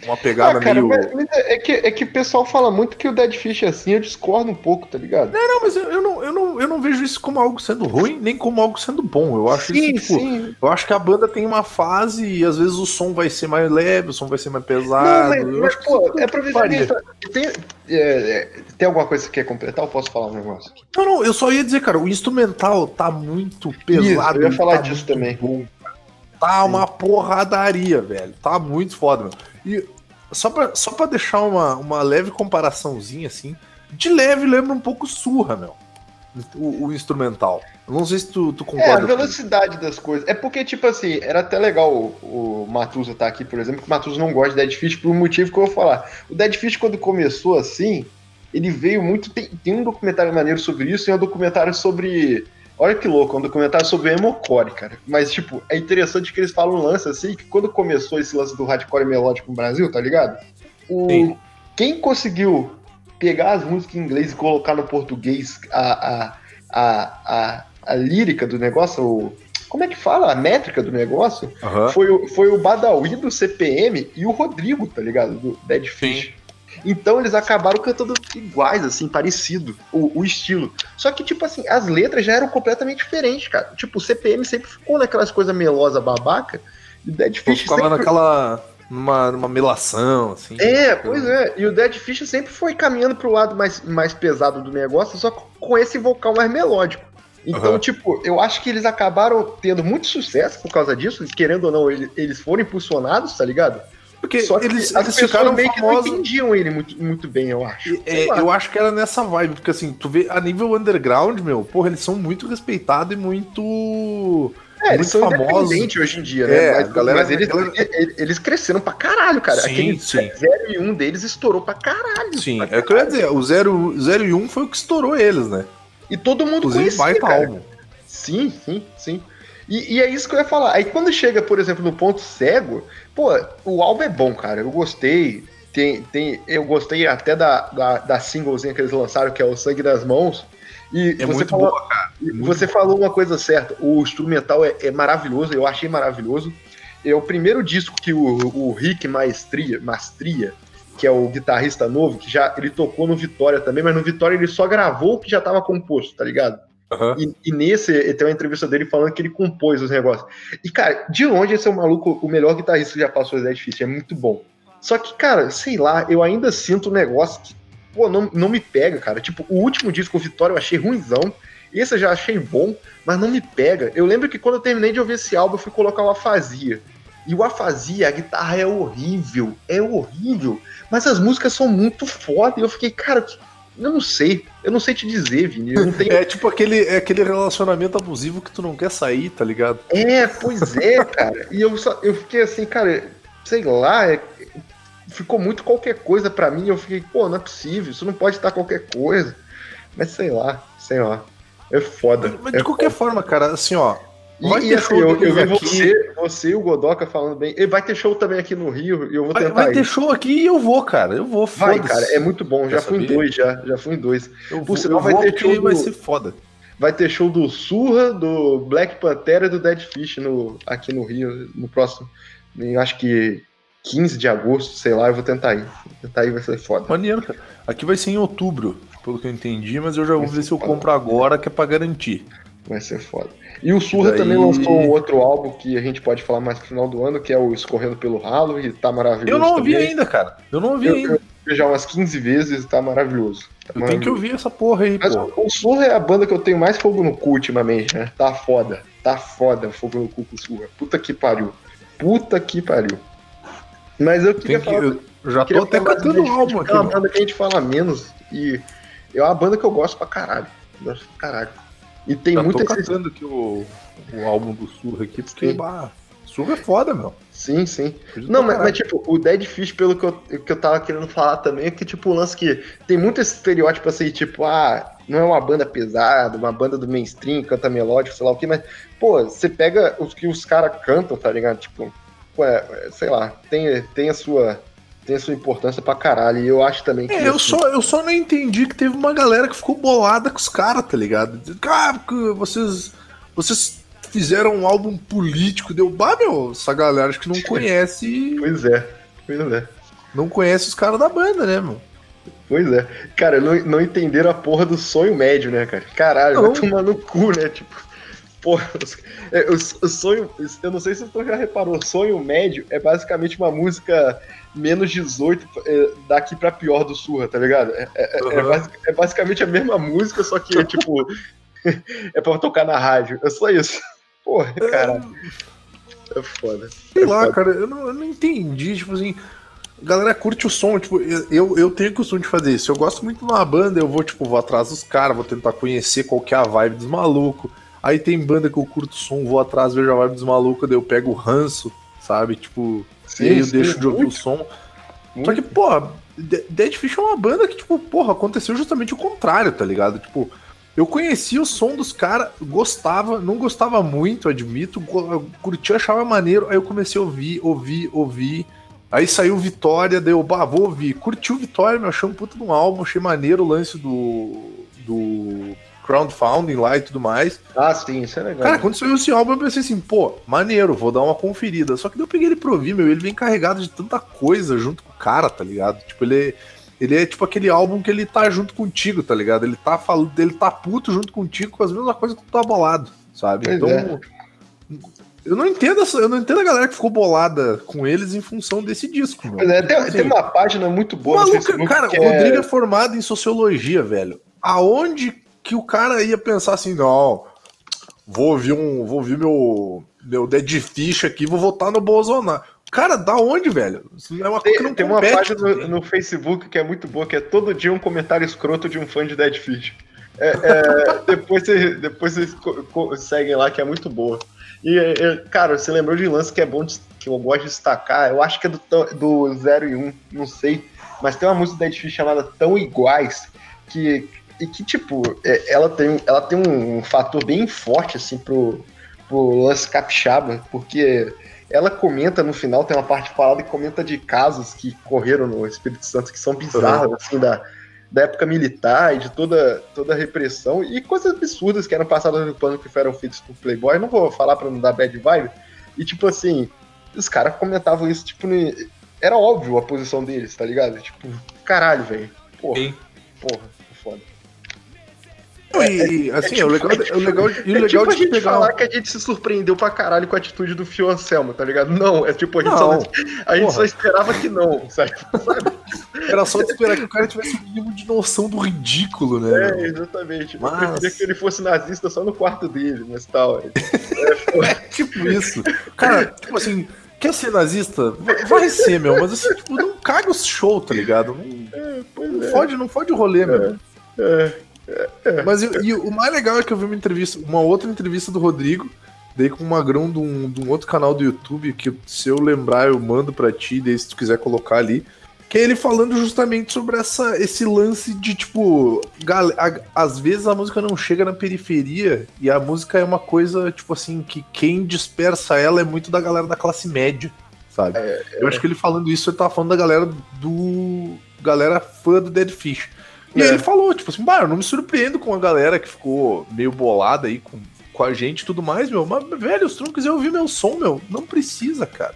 uma pegada cara, meio... Mas é que o pessoal fala muito que o Dead Fish é assim, eu discordo um pouco, tá ligado? Não, mas eu não vejo isso como algo sendo ruim, nem como algo sendo bom. Eu acho isso, tipo, sim. eu acho que a banda tem uma fase e às vezes o som vai ser mais leve, o som vai ser mais Não, pesado. mas pô, é pra ver tem alguma coisa que você quer completar? Eu posso falar um negócio aqui? Não, eu só ia dizer, cara, o instrumental tá muito pesado. Isso, eu ia falar tá disso muito também. bom. Tá uma porradaria, velho. Tá muito foda, meu. E só pra deixar uma leve comparaçãozinha, assim, de leve lembra um pouco Surra, meu. O instrumental. Eu não sei se tu concorda. A velocidade das coisas. É porque, tipo assim, era até legal o Matusa estar aqui, por exemplo, que o Matusa não gosta de Dead Fish por um motivo que eu vou falar. O Dead Fish, quando começou assim, ele veio muito. Tem um documentário maneiro sobre isso e um documentário sobre. Olha que louco, um documentário sobre emocore, cara. Mas, tipo, é interessante que eles falam um lance assim, que quando começou esse lance do hardcore melódico no Brasil, tá ligado? Quem conseguiu pegar as músicas em inglês e colocar no português a lírica do negócio, como é que fala? A métrica do negócio, foi o Badawi do CPM e o Rodrigo, tá ligado? Do Dead Fish. Sim. Então eles acabaram cantando iguais, assim, parecido, o estilo. Só que, tipo assim, as letras já eram completamente diferentes, cara. Tipo, o CPM sempre ficou naquelas coisas melosa babaca, e o Dead Fish ficava sempre... naquela... numa melação, assim. Pois é. E o Dead Fish sempre foi caminhando pro lado mais pesado do negócio, só com esse vocal mais melódico. Então, tipo, eu acho que eles acabaram tendo muito sucesso por causa disso, querendo ou não, eles foram impulsionados, tá ligado? Porque só que eles ficaram meio famosos... que não entendiam ele muito bem, eu acho. Eu acho que era nessa vibe, porque assim, tu vê a nível underground, meu, porra, eles são muito respeitados e muito... eles são independentes hoje em dia, né? Mas eles cresceram pra caralho, cara. Aquele 0 e 1 deles estourou pra caralho. Sim, é o que eu ia dizer. O 0 e 1 foi o que estourou eles, né? E todo mundo conhecia, cara. Álbum. Sim. E é isso que eu ia falar. Aí quando chega, por exemplo, no Ponto Cego, pô, o álbum é bom, cara. Eu gostei. Eu gostei até da singlezinha que eles lançaram, que é o Sangue das Mãos. E é muito boa, cara. Você falou uma coisa certa. O instrumental é maravilhoso, eu achei maravilhoso. É o primeiro disco que o Rick Mastria, que é o guitarrista novo, que ele tocou no Vitória também, mas no Vitória ele só gravou o que já estava composto, tá ligado? E nesse, tem uma entrevista dele falando que ele compôs os negócios. E, cara, de longe esse é o maluco, o melhor guitarrista que já passou o Dead Fish, é muito bom. Só que, cara, sei lá, eu ainda sinto um negócio que, pô, não me pega, cara. Tipo, o último disco, o Vitória, eu achei ruimzão. Esse eu já achei bom, mas não me pega. Eu lembro que quando eu terminei de ouvir esse álbum, eu fui colocar o Afasia. E o Afasia, a guitarra é horrível. Mas as músicas são muito foda. E eu fiquei, cara, eu não sei te dizer, Vini. Eu não tenho... É tipo aquele relacionamento abusivo que tu não quer sair, tá ligado? Pois é, cara. E eu fiquei assim, cara, sei lá, ficou muito qualquer coisa pra mim. Eu fiquei, pô, não é possível, isso não pode estar qualquer coisa. Mas sei lá. É foda. Mas de qualquer forma, cara, assim, ó. E assim, eu vi você e o Godoka falando bem. E vai ter show também aqui no Rio e eu vou tentar. Vai ter show aqui e eu vou, cara. Eu vou, foda-se. Vai, cara, é muito bom. Já fui em dois. Por sinal, vai ter show. Vai ser foda. Vai ter show do Surra, do Black Pantera e do Dead Fish aqui no Rio, no próximo. Acho que 15 de agosto, sei lá, eu vou tentar ir. Vai ser foda. Maneiro, cara. Aqui vai ser em outubro, pelo que eu entendi, mas eu já vou ver se eu compro agora, que é pra garantir. Vai ser foda. E o Surra também lançou um outro álbum que a gente pode falar mais no final do ano, que é o Escorrendo pelo Ralo, e tá maravilhoso. Eu não ouvi ainda, cara. Eu vi já umas 15 vezes e tá maravilhoso. Eu tenho que ouvir essa porra aí, mas o Surra é a banda que eu tenho mais fogo no cu ultimamente, né? Tá foda o fogo no cu com o Surra. Puta que pariu. Mas eu queria falar... Eu já tô até cantando o álbum aqui. É uma banda que a gente fala menos e é uma banda que eu gosto pra caralho. E tem já muito... tô cantando aqui o álbum do Surra aqui, porque, Surra é foda, meu. Sim. Não, mas tipo, o Dead Fish, pelo que eu tava querendo falar também, é que, tipo, o lance que tem muito esse estereótipo assim, tipo, não é uma banda pesada, uma banda do mainstream, canta melódico, sei lá o que, mas, pô, você pega os que os caras cantam, tá ligado? Tipo, sei lá, tem a sua importância pra caralho, e eu acho também que... eu só não entendi que teve uma galera que ficou bolada com os caras, tá ligado? Porque vocês fizeram um álbum político, meu, essa galera acho que não conhece. Pois é. não conhece os caras da banda, né, mano? Pois é. Cara, não entenderam a porra do sonho médio, né, cara? Caralho, vai tomar no cu, né? Tipo, porra, o sonho. Eu não sei se você já reparou, sonho médio é basicamente uma música menos 18 daqui pra pior do Surra, tá ligado? É basicamente a mesma música, só que, tipo, é pra tocar na rádio. É só isso. Porra, caralho. É foda. Sei lá, cara, eu não entendi, tipo assim. A galera curte o som, tipo, eu tenho o costume de fazer isso. Eu gosto muito de uma banda, eu vou, tipo, vou atrás dos caras, vou tentar conhecer qual que é a vibe dos malucos. Aí tem banda que eu curto o som, vou atrás, vejo a vibe dos malucos, daí eu pego o ranço, sabe? Tipo, sim, e aí eu deixo de ouvir o som. Muito. Só que, porra, Dead Fish é uma banda que, tipo, porra, aconteceu justamente o contrário, tá ligado? Tipo, eu conhecia o som dos caras, gostava, não gostava muito, admito, curtia, achava maneiro, aí eu comecei a ouvir. Aí saiu Vitória, deu, vou ouvir. Curtiu Vitória, me achei um puta de um álbum, achei maneiro o lance do crowdfunding lá e tudo mais. Ah, sim, isso é legal. Cara, quando saiu esse álbum eu pensei assim, pô, maneiro, vou dar uma conferida. Só que daí eu peguei ele pra ouvir, meu, ele vem carregado de tanta coisa junto com o cara, tá ligado? Tipo, ele é tipo aquele álbum que ele tá junto contigo, tá ligado? Ele tá falando, ele tá puto junto contigo com as mesmas coisas que tu tá bolado, sabe? Pois então... Eu não entendo a galera que ficou bolada com eles em função desse disco, meu. Tem uma página muito boa no Facebook. Cara, o Rodrigo é formado em sociologia, velho. Aonde que o cara ia pensar assim, não, vou ouvir meu Dead Fish aqui, vou votar no Bolsonaro. Cara, da onde, velho? É uma coisa que não tem uma página no Facebook que é muito boa, que é todo dia um comentário escroto de um fã de Dead Fish. Depois vocês seguem lá, que é muito boa. E, cara, você lembrou de um lance que é bom, que eu gosto de destacar, eu acho que é do 0 e 1, não sei, mas tem uma música da Dead Fish chamada Tão Iguais, que tipo, ela tem um fator bem forte, assim, pro lance capixaba, porque ela comenta no final, tem uma parte falada que comenta de casos que correram no Espírito Santo, que são bizarros, assim, da época militar e de toda a repressão e coisas absurdas que eram passadas no pano que foram feitas por Playboy. Não vou falar pra não dar bad vibe. E, tipo assim, os caras comentavam isso, tipo, era óbvio a posição deles, tá ligado? Tipo, caralho, velho. Porra, foda. O legal de a gente pegar falar que a gente se surpreendeu pra caralho com a atitude do Fio Anselmo, tá ligado? Não, é tipo, a gente só esperava que não, sabe? Era só esperar que o cara tivesse um mínimo de noção do ridículo, né? Exatamente. Eu preferia que ele fosse nazista só no quarto dele, mas tal. Tipo isso. Cara, tipo assim, quer ser nazista? Vai ser, meu, mas assim, tipo, não caga o show, tá ligado? Não fode o rolê, meu. Mas o mais legal é que eu vi uma outra entrevista do Rodrigo, daí com o Magrão de um outro canal do YouTube, que se eu lembrar eu mando pra ti, daí se tu quiser colocar ali, que é ele falando justamente sobre esse lance de, tipo, às vezes a música não chega na periferia e a música é uma coisa, tipo assim, que quem dispersa ela é muito da galera da classe média, sabe? Eu acho que ele falando isso, ele tava falando da galera fã do Dead Fish. E aí ele falou, tipo assim, eu não me surpreendo com a galera que ficou meio bolada aí com a gente e tudo mais, meu. Mas, velho, se tu não quiser ouvir meu som, meu, não precisa, cara.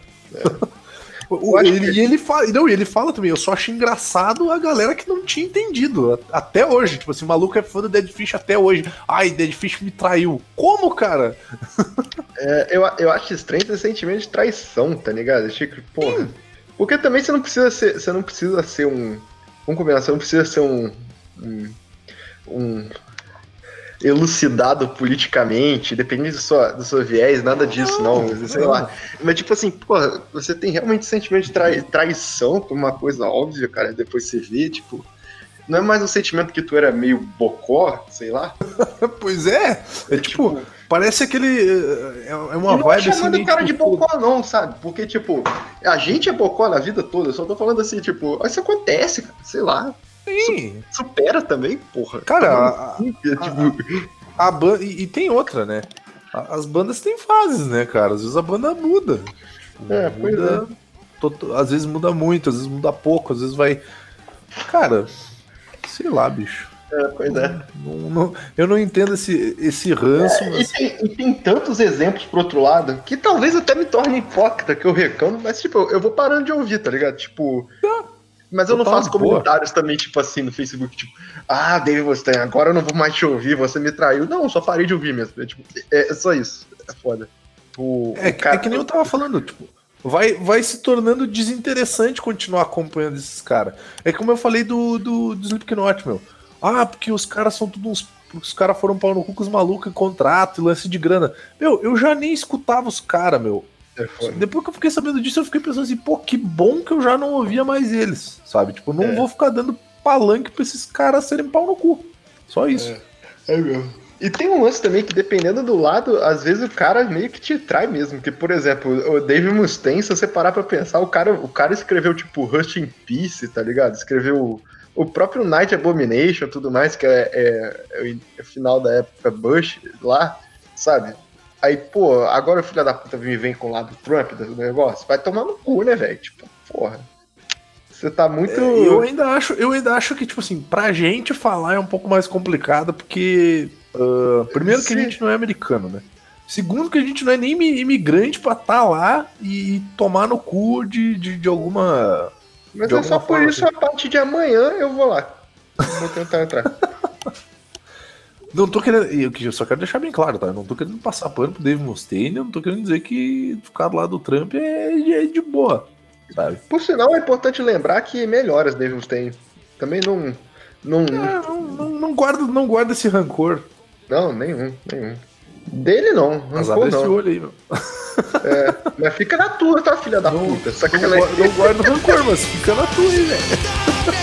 Ele fala também, eu só acho engraçado a galera que não tinha entendido até hoje. Tipo assim, o maluco é fã do Dead Fish até hoje. Ai, Dead Fish me traiu. Como, cara? Eu acho estranho esse sentimento de traição, tá ligado? Tipo, porra. Porque também você não precisa ser um. Vamos combinar, você não precisa ser um elucidado politicamente, dependendo do seu viés, nada disso, não, sei lá. Mas tipo assim, porra, você tem realmente sentimento de traição por uma coisa óbvia, cara, depois você vê, tipo, não é mais um sentimento que tu era meio bocó, sei lá? Pois é tipo, parece aquele, é uma vibe assim... Não tô chamando o cara de bocó não, sabe? Porque, tipo, a gente é bocó na vida toda, eu só tô falando assim, tipo, isso acontece, cara, sei lá. Sim. Supera também, porra. Cara, a banda. E tem outra, né? As bandas têm fases, né, cara? Às vezes a banda muda. Muda. Às vezes muda muito, às vezes muda pouco, às vezes vai. Cara, sei lá, bicho. Eu não entendo esse ranço. Mas... E tem tantos exemplos pro outro lado que talvez até me torne hipócrita, que eu reclamo, mas tipo, eu vou parando de ouvir, tá ligado? Tipo. Mas eu não faço comentários também, tipo assim, no Facebook, tipo, Dave Mustaine, agora eu não vou mais te ouvir, você me traiu. Não, eu só parei de ouvir mesmo. É só isso. É foda. É que nem eu tava falando, tipo, vai se tornando desinteressante continuar acompanhando esses caras. É como eu falei do Slipknot, meu. Porque os caras são tudo uns. Os caras foram pau no cu com os malucos em contrato e lance de grana. Meu, eu já nem escutava os caras, meu. Depois que eu fiquei sabendo disso, eu fiquei pensando assim, pô, que bom que eu já não ouvia mais eles, sabe? Tipo, não vou ficar dando palanque pra esses caras serem pau no cu. Só isso. É mesmo. E tem um lance também que, dependendo do lado, às vezes o cara meio que te trai mesmo. Que, por exemplo, o Dave Mustaine, se você parar pra pensar, o cara escreveu, tipo, Rust in Peace, tá ligado? Escreveu o próprio Night Abomination e tudo mais, que é o final da época Bush lá, sabe? Aí, pô, agora o filho da puta me vem com o lado Trump do negócio. Vai tomar no cu, né, velho? Tipo, porra. Você tá muito... Eu ainda acho que, tipo assim, pra gente falar é um pouco mais complicado, porque... primeiro que a gente não é americano, né? Segundo que a gente não é nem imigrante pra estar lá e tomar no cu de alguma... Mas é só por isso, assim. A partir de amanhã eu vou lá. Vou tentar entrar. Não tô querendo. Eu só quero deixar bem claro, tá? Eu não tô querendo passar pano pro Dave Mustaine, eu não tô querendo dizer que ficar do lado do Trump é de boa, sabe? Por sinal, é importante lembrar que melhoras Dave Mustaine. Também não guarda esse rancor. Não, nenhum. Dele não. Mas abre esse olho aí, meu. Mas fica na tua, tá, filha da puta? Não guarda rancor, mas fica na tua aí, velho.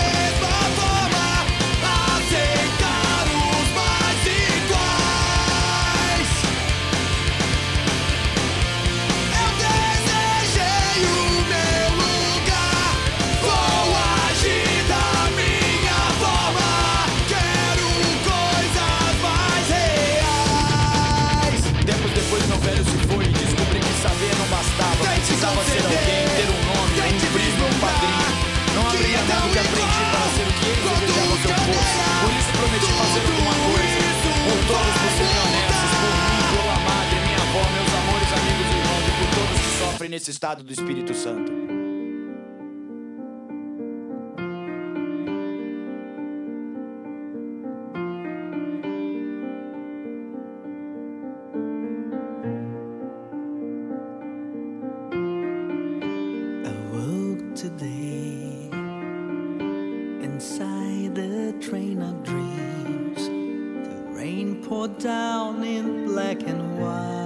Nesse estado do Espírito Santo. Awoke today inside the train of dreams. The rain poured down in black and white.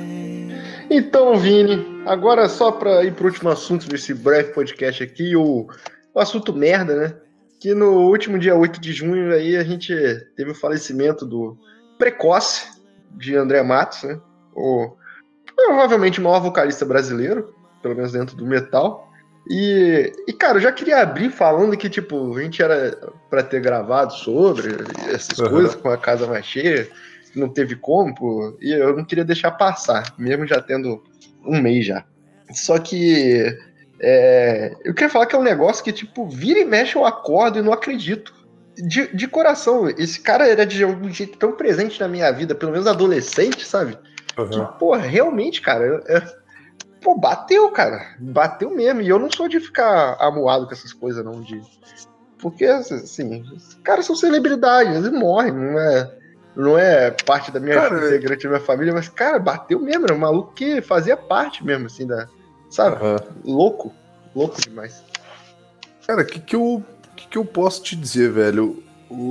Então, Vini, agora só para ir pro último assunto desse breve podcast aqui, o assunto merda, né? Que no último dia 8 de junho aí a gente teve o falecimento do precoce de André Matos, né? O provavelmente o maior vocalista brasileiro, pelo menos dentro do metal. E cara, eu já queria abrir falando que, tipo, a gente era para ter gravado sobre essas coisas com a casa mais cheia. Não teve como, pô, e eu não queria deixar passar, mesmo já tendo um mês já. Só que eu queria falar que é um negócio que, tipo, vira e mexe eu acordo e não acredito. De coração, esse cara era de um jeito tão presente na minha vida, pelo menos adolescente, sabe? Que, pô, realmente, cara, pô, bateu, cara. Bateu mesmo. E eu não sou de ficar amuado com essas coisas, não. Porque, assim, os caras são celebridades, eles morrem, não é parte da minha integrante da minha família, mas, cara, bateu mesmo, era um maluco que fazia parte mesmo, assim, sabe? Louco demais. Cara, o que eu posso te dizer, velho?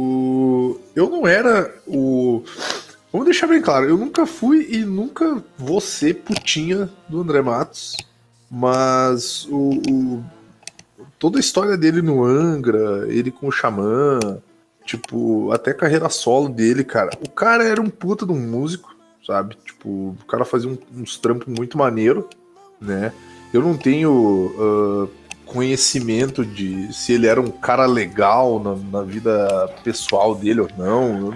Eu não era o... Vamos deixar bem claro, eu nunca fui e nunca vou ser putinha do André Matos, mas toda a história dele no Angra, ele com o Xamã... Tipo, até a carreira solo dele, cara. O cara era um puta de um músico, sabe? Tipo, o cara fazia uns trampos muito maneiro, né? Eu não tenho conhecimento de se ele era um cara legal na vida pessoal dele ou não.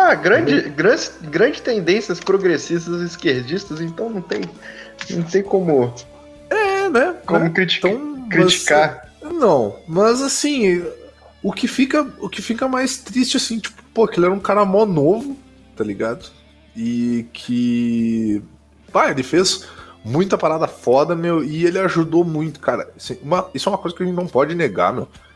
Grande tendências progressistas e esquerdistas, então não tem como... né? Como criticar. Mas assim... O que fica mais triste, assim, tipo, pô, que ele era um cara mó novo, tá ligado? E que... ele fez muita parada foda, meu, e ele ajudou muito, cara. Assim, isso é uma coisa que a gente não pode negar, meu.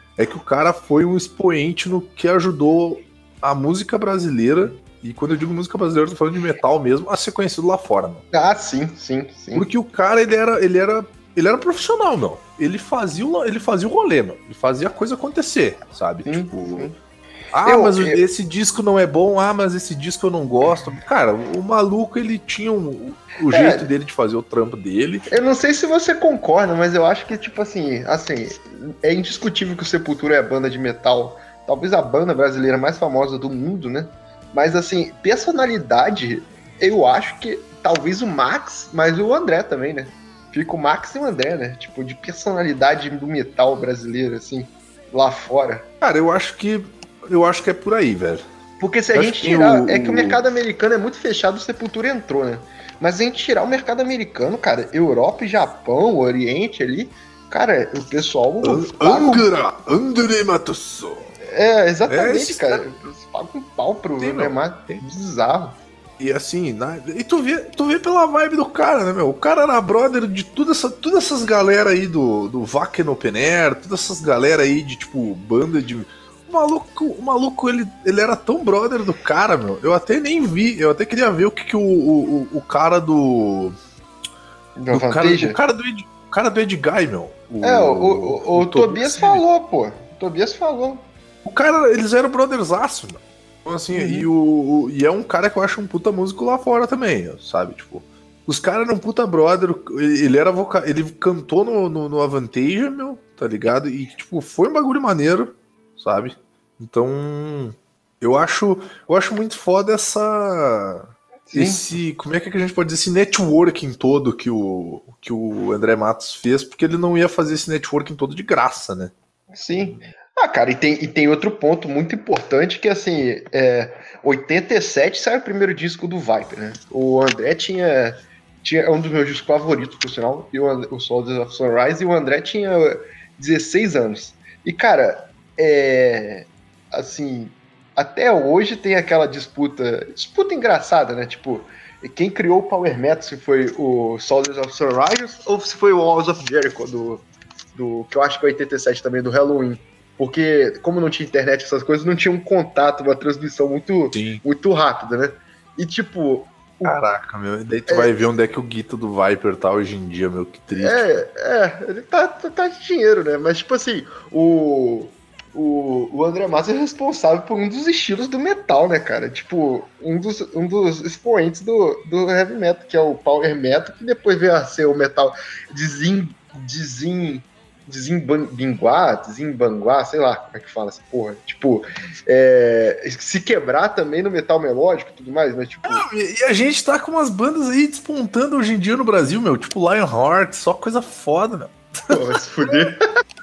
é que o cara foi um expoente no que ajudou a música brasileira, e quando eu digo música brasileira, eu tô falando de metal mesmo, a ser conhecido lá fora, meu. Ah, sim. Porque o cara, ele era profissional, meu. Ele fazia o rolê, meu. Ele fazia a coisa acontecer, sabe? Sim. Mas esse disco não é bom, mas esse disco eu não gosto. Cara, o maluco, ele tinha o jeito dele de fazer o trampo dele. Eu não sei se você concorda, mas eu acho que, tipo assim, é indiscutível que o Sepultura é a banda de metal, talvez a banda brasileira mais famosa do mundo, né? Mas, assim, personalidade, eu acho que talvez o Max, mas o André também, né? Fica o Max e o André, né? Tipo, de personalidade do metal brasileiro, assim, lá fora. Cara, eu acho que é por aí, velho. Porque se a gente tirar... É que o mercado americano é muito fechado, o Sepultura entrou, né? Mas se a gente tirar o mercado americano, cara, Europa e Japão, Oriente ali, cara, o pessoal... André Matosso. Exatamente, cara. Você paga um pau pro Neymar. É bizarro. E assim, e tu vê pela vibe do cara, né, meu? O cara era brother de todas essas galera aí do Wacken Open Air, todas essas galera aí de, tipo, banda de... O maluco, ele era tão brother do cara, meu. Eu até nem vi, eu até queria ver o que o cara do... O cara do Ed Guy, meu. O Tobias falou, pô. O Tobias falou. O cara, eles eram brothersaço, meu. Então, assim, e é um cara que eu acho um puta músico lá fora também, sabe? Tipo, os caras eram um puta brother, ele cantou no Avantasia, meu, tá ligado? E, tipo, foi um bagulho maneiro, sabe? Então, eu acho muito foda como é que a gente pode dizer, esse networking todo que o André Matos fez, porque ele não ia fazer esse networking todo de graça, né? Sim. Cara, e tem outro ponto muito importante que, assim, 87 sai o primeiro disco do Viper, né? O André tinha um dos meus discos favoritos, por sinal, e o Soldiers of Sunrise, e o André tinha 16 anos. E, cara, assim, até hoje tem aquela disputa engraçada, né? Tipo, quem criou o Power Metal, se foi o Soldiers of Sunrise ou se foi o Walls of Jericho, que eu acho que é 87 também, do Halloween. Porque, como não tinha internet, essas coisas, não tinha um contato, uma transmissão muito rápida, né? E, tipo... Caraca, meu, daí tu vai ver onde é que o Guito do Viper tá hoje em dia, meu, que triste. Ele tá de dinheiro, né? Mas, tipo assim, o André Massa é responsável por um dos estilos do metal, né, cara? Tipo, um dos expoentes do heavy metal, que é o power metal, que depois veio a ser o metal Desembanguá, sei lá como é que fala essa porra. Tipo, se quebrar também no metal melódico e tudo mais, né? Tipo... E a gente tá com umas bandas aí despontando hoje em dia no Brasil, meu. Tipo Lionheart, só coisa foda, meu. Pô, vai se fuder.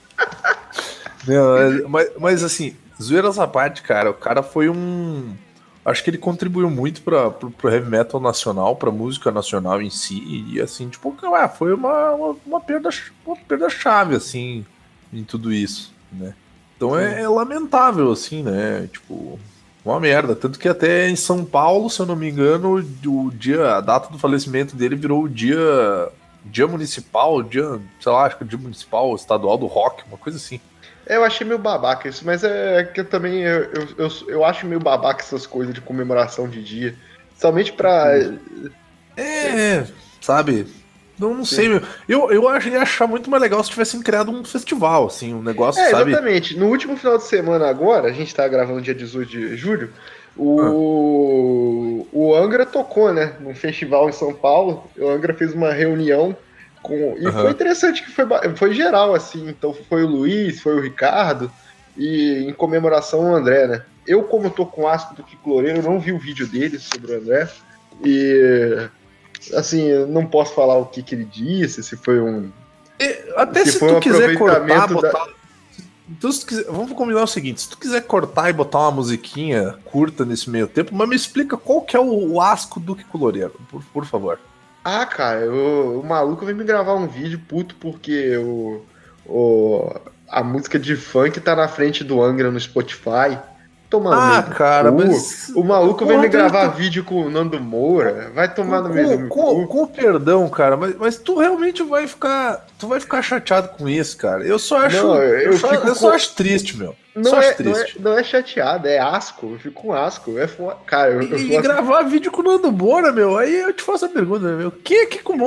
Mas assim, zoeiras à parte, cara, o cara foi acho que ele contribuiu muito pro heavy metal nacional, pra música nacional em si, e assim, tipo, foi uma perda chave, assim, em tudo isso, né? Então é lamentável, assim, né? Tipo, uma merda. Tanto que até em São Paulo, se eu não me engano, a data do falecimento dele virou o dia municipal, sei lá, acho que o dia municipal, estadual do rock, uma coisa assim. Eu achei meio babaca isso, mas é que eu também eu acho meio babaca essas coisas de comemoração de dia. Somente pra... sabe? Não sei, meu. Eu ia achar muito mais legal se tivessem criado um festival, assim, um negócio, sabe? Exatamente. No último final de semana agora, a gente tá gravando dia 18 de julho, o Angra tocou, né? Num festival em São Paulo. O Angra fez uma reunião foi interessante que foi geral, assim. Então foi o Luiz, foi o Ricardo, e em comemoração o André, né? Eu, como tô com asco do Kiko Loureiro, eu não vi o vídeo dele sobre o André. E, assim, eu não posso falar o que ele disse, se foi um... Até se tu quiser cortar, botar... Então, se tu quiser... Vamos combinar o seguinte, se tu quiser cortar e botar uma musiquinha curta nesse meio tempo, mas me explica qual que é o asco do Kiko Loureiro, por favor. Ah, cara, o maluco veio me gravar um vídeo puto porque a música de funk tá na frente do Angra no Spotify. Tomar cara, mas... O maluco vem me gravar vídeo com o Nando Moura. Vai tomar no meio do com perdão, cara, mas tu realmente vai ficar chateado com isso, cara. Eu só acho, não, eu só acho triste, meu. Não é chateado, é asco. Eu fico com asco. Cara, e gravar vídeo com o Nando Moura, meu, aí eu te faço a pergunta, meu. Quem é que com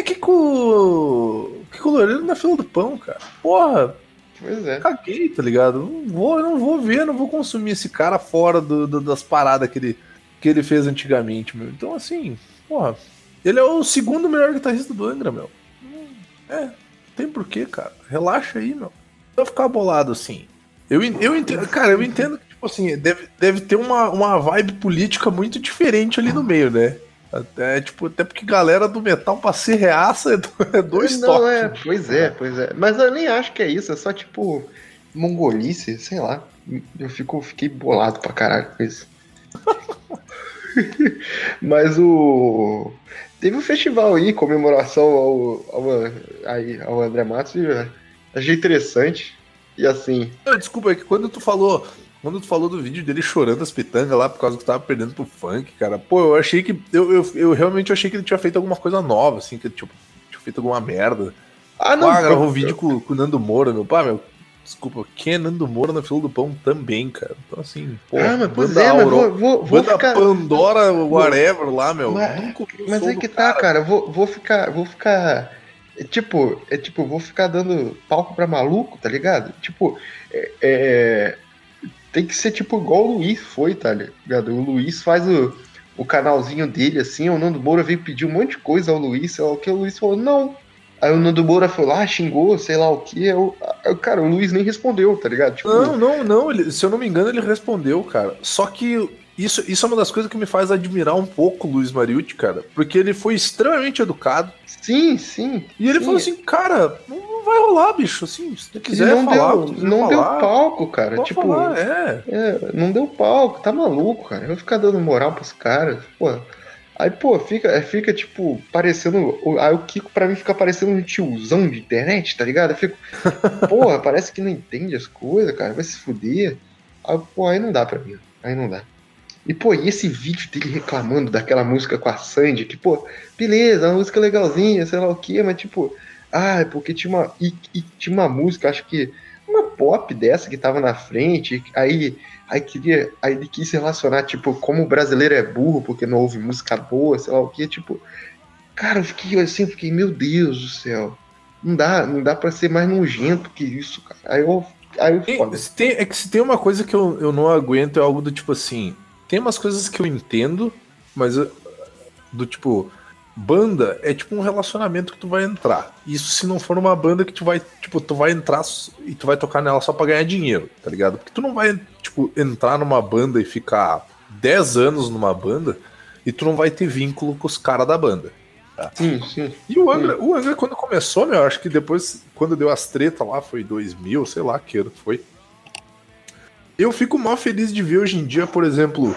o Loureiro na fila do pão, cara? Porra. Pois é. Caguei, tá ligado? Não vou ver, não vou consumir esse cara fora das paradas que ele fez antigamente, meu. Então, assim, porra, ele é o segundo melhor guitarrista do Angra, meu. Tem porquê, cara. Relaxa aí, meu. Não vai ficar bolado assim. Eu entendo, cara, eu entendo que, tipo assim, deve ter uma vibe política muito diferente ali no meio, né? Até porque galera do metal pra ser reaça é dois toques. Pois é. Mas eu nem acho que é isso, é só tipo mongolice, sei lá. Eu fiquei bolado pra caralho com isso. Mas teve um festival aí, comemoração ao André Matos, e achei interessante. E assim. Desculpa, é que quando tu falou do vídeo dele chorando as pitangas lá por causa que tava perdendo pro funk, cara, pô, eu achei que. Eu realmente achei que ele tinha feito alguma coisa nova, assim, que ele tinha feito alguma merda. Gravou um vídeo com o Nando Moura, meu pai, meu. Desculpa, quem é Nando Moura na fila do pão também, cara. Então, assim, pô. Vou ficar... Pandora, whatever lá, meu. Mas é que tá, cara. Vou ficar. Vou ficar dando palco pra maluco, tá ligado? Tipo, tem que ser tipo igual o Luiz foi, tá ligado? O Luiz faz o canalzinho dele, assim, o Nando Moura veio pedir um monte de coisa ao Luiz, sei lá o que, o Luiz falou, não. Aí o Nando Moura foi lá, xingou, sei lá o que, cara, o Luiz nem respondeu, tá ligado? Tipo, não, se eu não me engano ele respondeu, cara. Só que isso é uma das coisas que me faz admirar um pouco o Luiz Mariucci, cara, porque ele foi extremamente educado. Sim. E ele falou assim, cara, não vai rolar, bicho, assim, se tu quiser falar... Não deu palco, cara, tipo... Falar, não deu palco, tá maluco, cara, eu vou ficar dando moral pros caras, pô... Aí, pô, fica tipo, parecendo... Aí o Kiko, pra mim, fica parecendo um tiozão de internet, tá ligado? Eu fico, porra, parece que não entende as coisas, cara, vai se fuder. Aí, pô, aí não dá pra mim, aí não dá. E, pô, e esse vídeo dele reclamando daquela música com a Sandy, que, pô, beleza, uma música legalzinha, sei lá o quê, mas, tipo, porque tinha uma música, acho que uma pop dessa que tava na frente, aí ele quis relacionar, tipo, como o brasileiro é burro porque não ouve música boa, sei lá o que, tipo, cara, eu fiquei, meu Deus do céu, não dá pra ser mais nojento que isso, cara. É que se tem uma coisa que eu não aguento, é algo do tipo assim, tem umas coisas que eu entendo, mas do tipo, banda é tipo um relacionamento que tu vai entrar. Isso se não for uma banda que tu vai entrar e tu vai tocar nela só pra ganhar dinheiro, tá ligado? Porque tu não vai, tipo, entrar numa banda e ficar 10 anos numa banda e tu não vai ter vínculo com os caras da banda. Tá? Sim. E o Angra quando começou, meu, acho que depois, quando deu as tretas lá, foi 2000, sei lá que ano foi. Eu fico mal feliz de ver hoje em dia, por exemplo,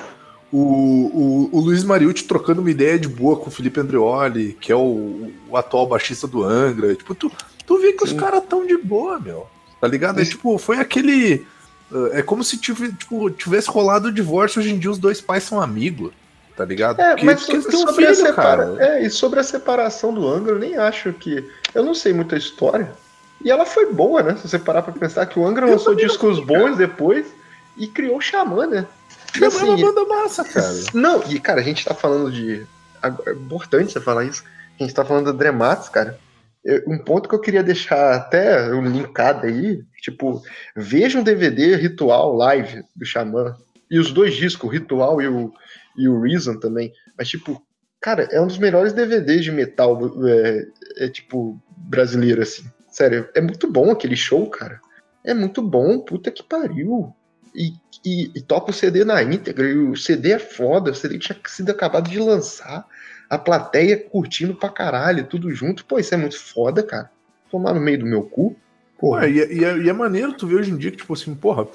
o Luiz Mariucci trocando uma ideia de boa com o Felipe Andreoli, que é o atual baixista do Angra. Tipo, tu vê que os caras tão de boa, meu. Tá ligado? É tipo, foi aquele... É como se tivesse rolado o divórcio, hoje em dia os dois pais são amigos. Tá ligado? Mas eles têm um filho, cara. E sobre a separação do Angra, eu nem acho que... Eu não sei muita história. E ela foi boa, né? Se você parar pra pensar que o Angra lançou discos bons depois e criou o Xamã, né? Xamã é uma banda massa, cara. Não, e cara, a gente tá falando de... É importante você falar isso. A gente tá falando do André Matos, cara. Um ponto que eu queria deixar até linkado aí, tipo, veja um DVD Ritual Live do Xamã. E os dois discos, o Ritual e o Reason também. Mas, tipo, cara, é um dos melhores DVDs de metal, tipo, brasileiro, assim. Sério, é muito bom aquele show, cara. É muito bom, puta que pariu. E toca o CD na íntegra, e o CD é foda, o CD tinha sido acabado de lançar, a plateia curtindo pra caralho, tudo junto. Pô, isso é muito foda, cara. Tomar no meio do meu cu. Porra. E é maneiro tu ver hoje em dia que, tipo assim, porra,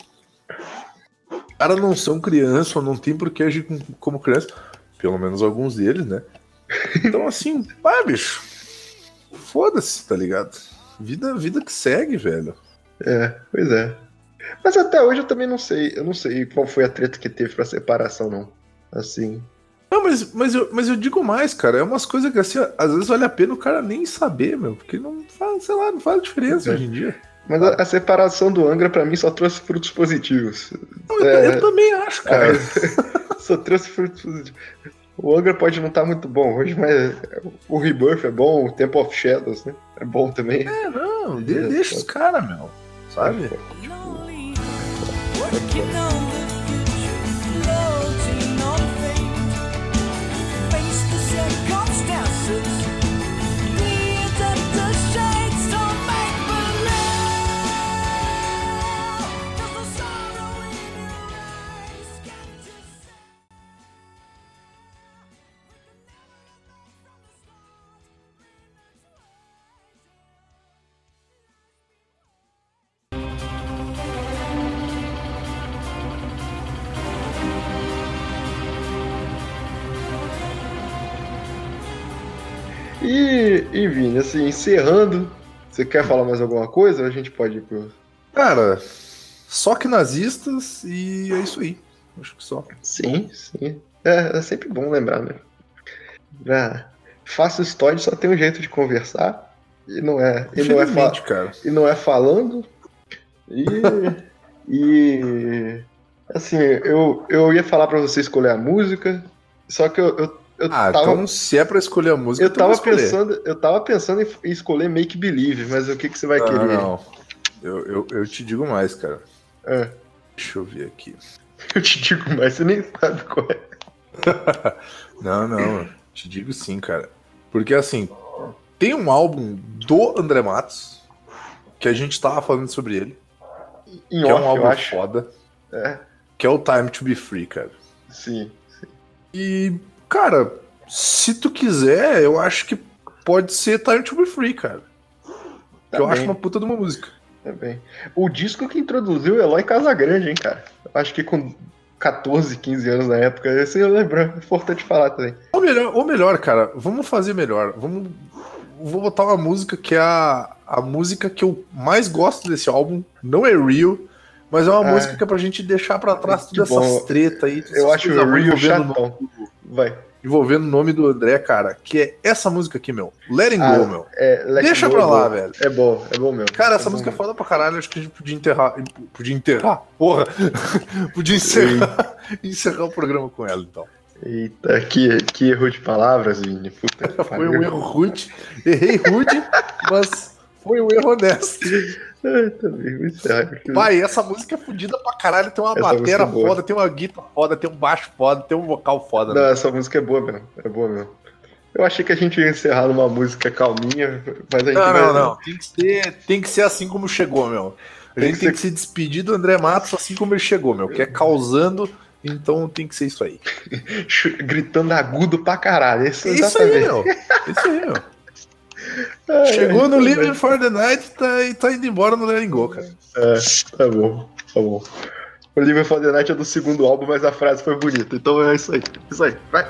os caras não são criança, ou não tem por que agir como criança, pelo menos alguns deles, né? Então, assim, bicho, foda-se, tá ligado? Vida que segue, velho. Pois é. Mas até hoje eu também não sei. Eu não sei qual foi a treta que teve pra separação, não. Assim. Não, mas eu digo mais, cara. É umas coisas que assim, às vezes vale a pena o cara nem saber, meu. Porque não faz, sei lá, não faz diferença hoje em dia. Mas a separação do Angra pra mim só trouxe frutos positivos. Não, eu também acho, cara. Só trouxe frutos positivos. O Angra pode não estar muito bom hoje, mas o Rebirth é bom, o Temple of Shadows, né? É bom também. Não, deixa os caras, meu. Sabe? Lonely, working on the future, floating on fate. Face the circumstances, bleed under shades, don't make believe. There's no sorrow in your eyes, can't you see? E Vini, assim, encerrando, você quer falar mais alguma coisa? Ou a gente pode ir pro. Cara, só que nazistas e é isso aí. Acho que só. Sim. É sempre bom lembrar, né? Fácil Story só tem um jeito de conversar. E não é cara. E não é falando. E assim, eu ia falar pra você escolher a música, só que eu tava, então se é pra escolher a música, eu tava pensando em escolher Make Believe, mas o que você vai querer? Não. Eu te digo mais, cara. Deixa eu ver aqui. Eu te digo mais, você nem sabe qual é. Não, te digo sim, cara. Porque assim, tem um álbum do André Matos que a gente tava falando sobre ele. Que é um álbum foda. Que é o Time to Be Free, cara. Sim. E, cara, se tu quiser, eu acho que pode ser Time to Be Free, cara. Que eu acho uma puta de uma música. Tá bem. O disco que introduziu o Eloy Casagrande, hein, cara? Eu acho que com 14, 15 anos na época, esse eu lembro, é importante falar também. Ou melhor, cara, vamos fazer melhor. Vou botar uma música que é a música que eu mais gosto desse álbum. Não é Real, mas é uma música que é pra gente deixar pra trás todas essas tretas aí. Eu acho o Real chatão. Vai. Envolvendo o nome do André, cara, que é essa música aqui, meu. Letting Go, meu. Deixa Go, pra lá, velho. É bom mesmo. Cara, essa música é foda pra caralho. Acho que a gente podia enterrar. Porra! Podia encerrar o programa com ela, então. Eita, que erro de palavras, Vini. Puta que foi um erro rude. Errei rude, mas foi um erro honesto. Pai, essa música é fodida pra caralho. Tem uma batera foda, tem uma guitarra foda, tem um baixo foda, tem um vocal foda. Não, essa música é boa mesmo. Eu achei que a gente ia encerrar numa música calminha, mas a gente não. Tem que ser assim como chegou, meu. A gente tem que se despedir do André Matos assim como ele chegou, meu. Que é causando, então tem que ser isso aí. Gritando agudo pra caralho. Isso aí, meu. Chegou no Living for the Night e tá indo embora no Letting Go, cara. Tá bom. O Living for the Night é do segundo álbum, mas a frase foi bonita. Então é isso aí. Vai.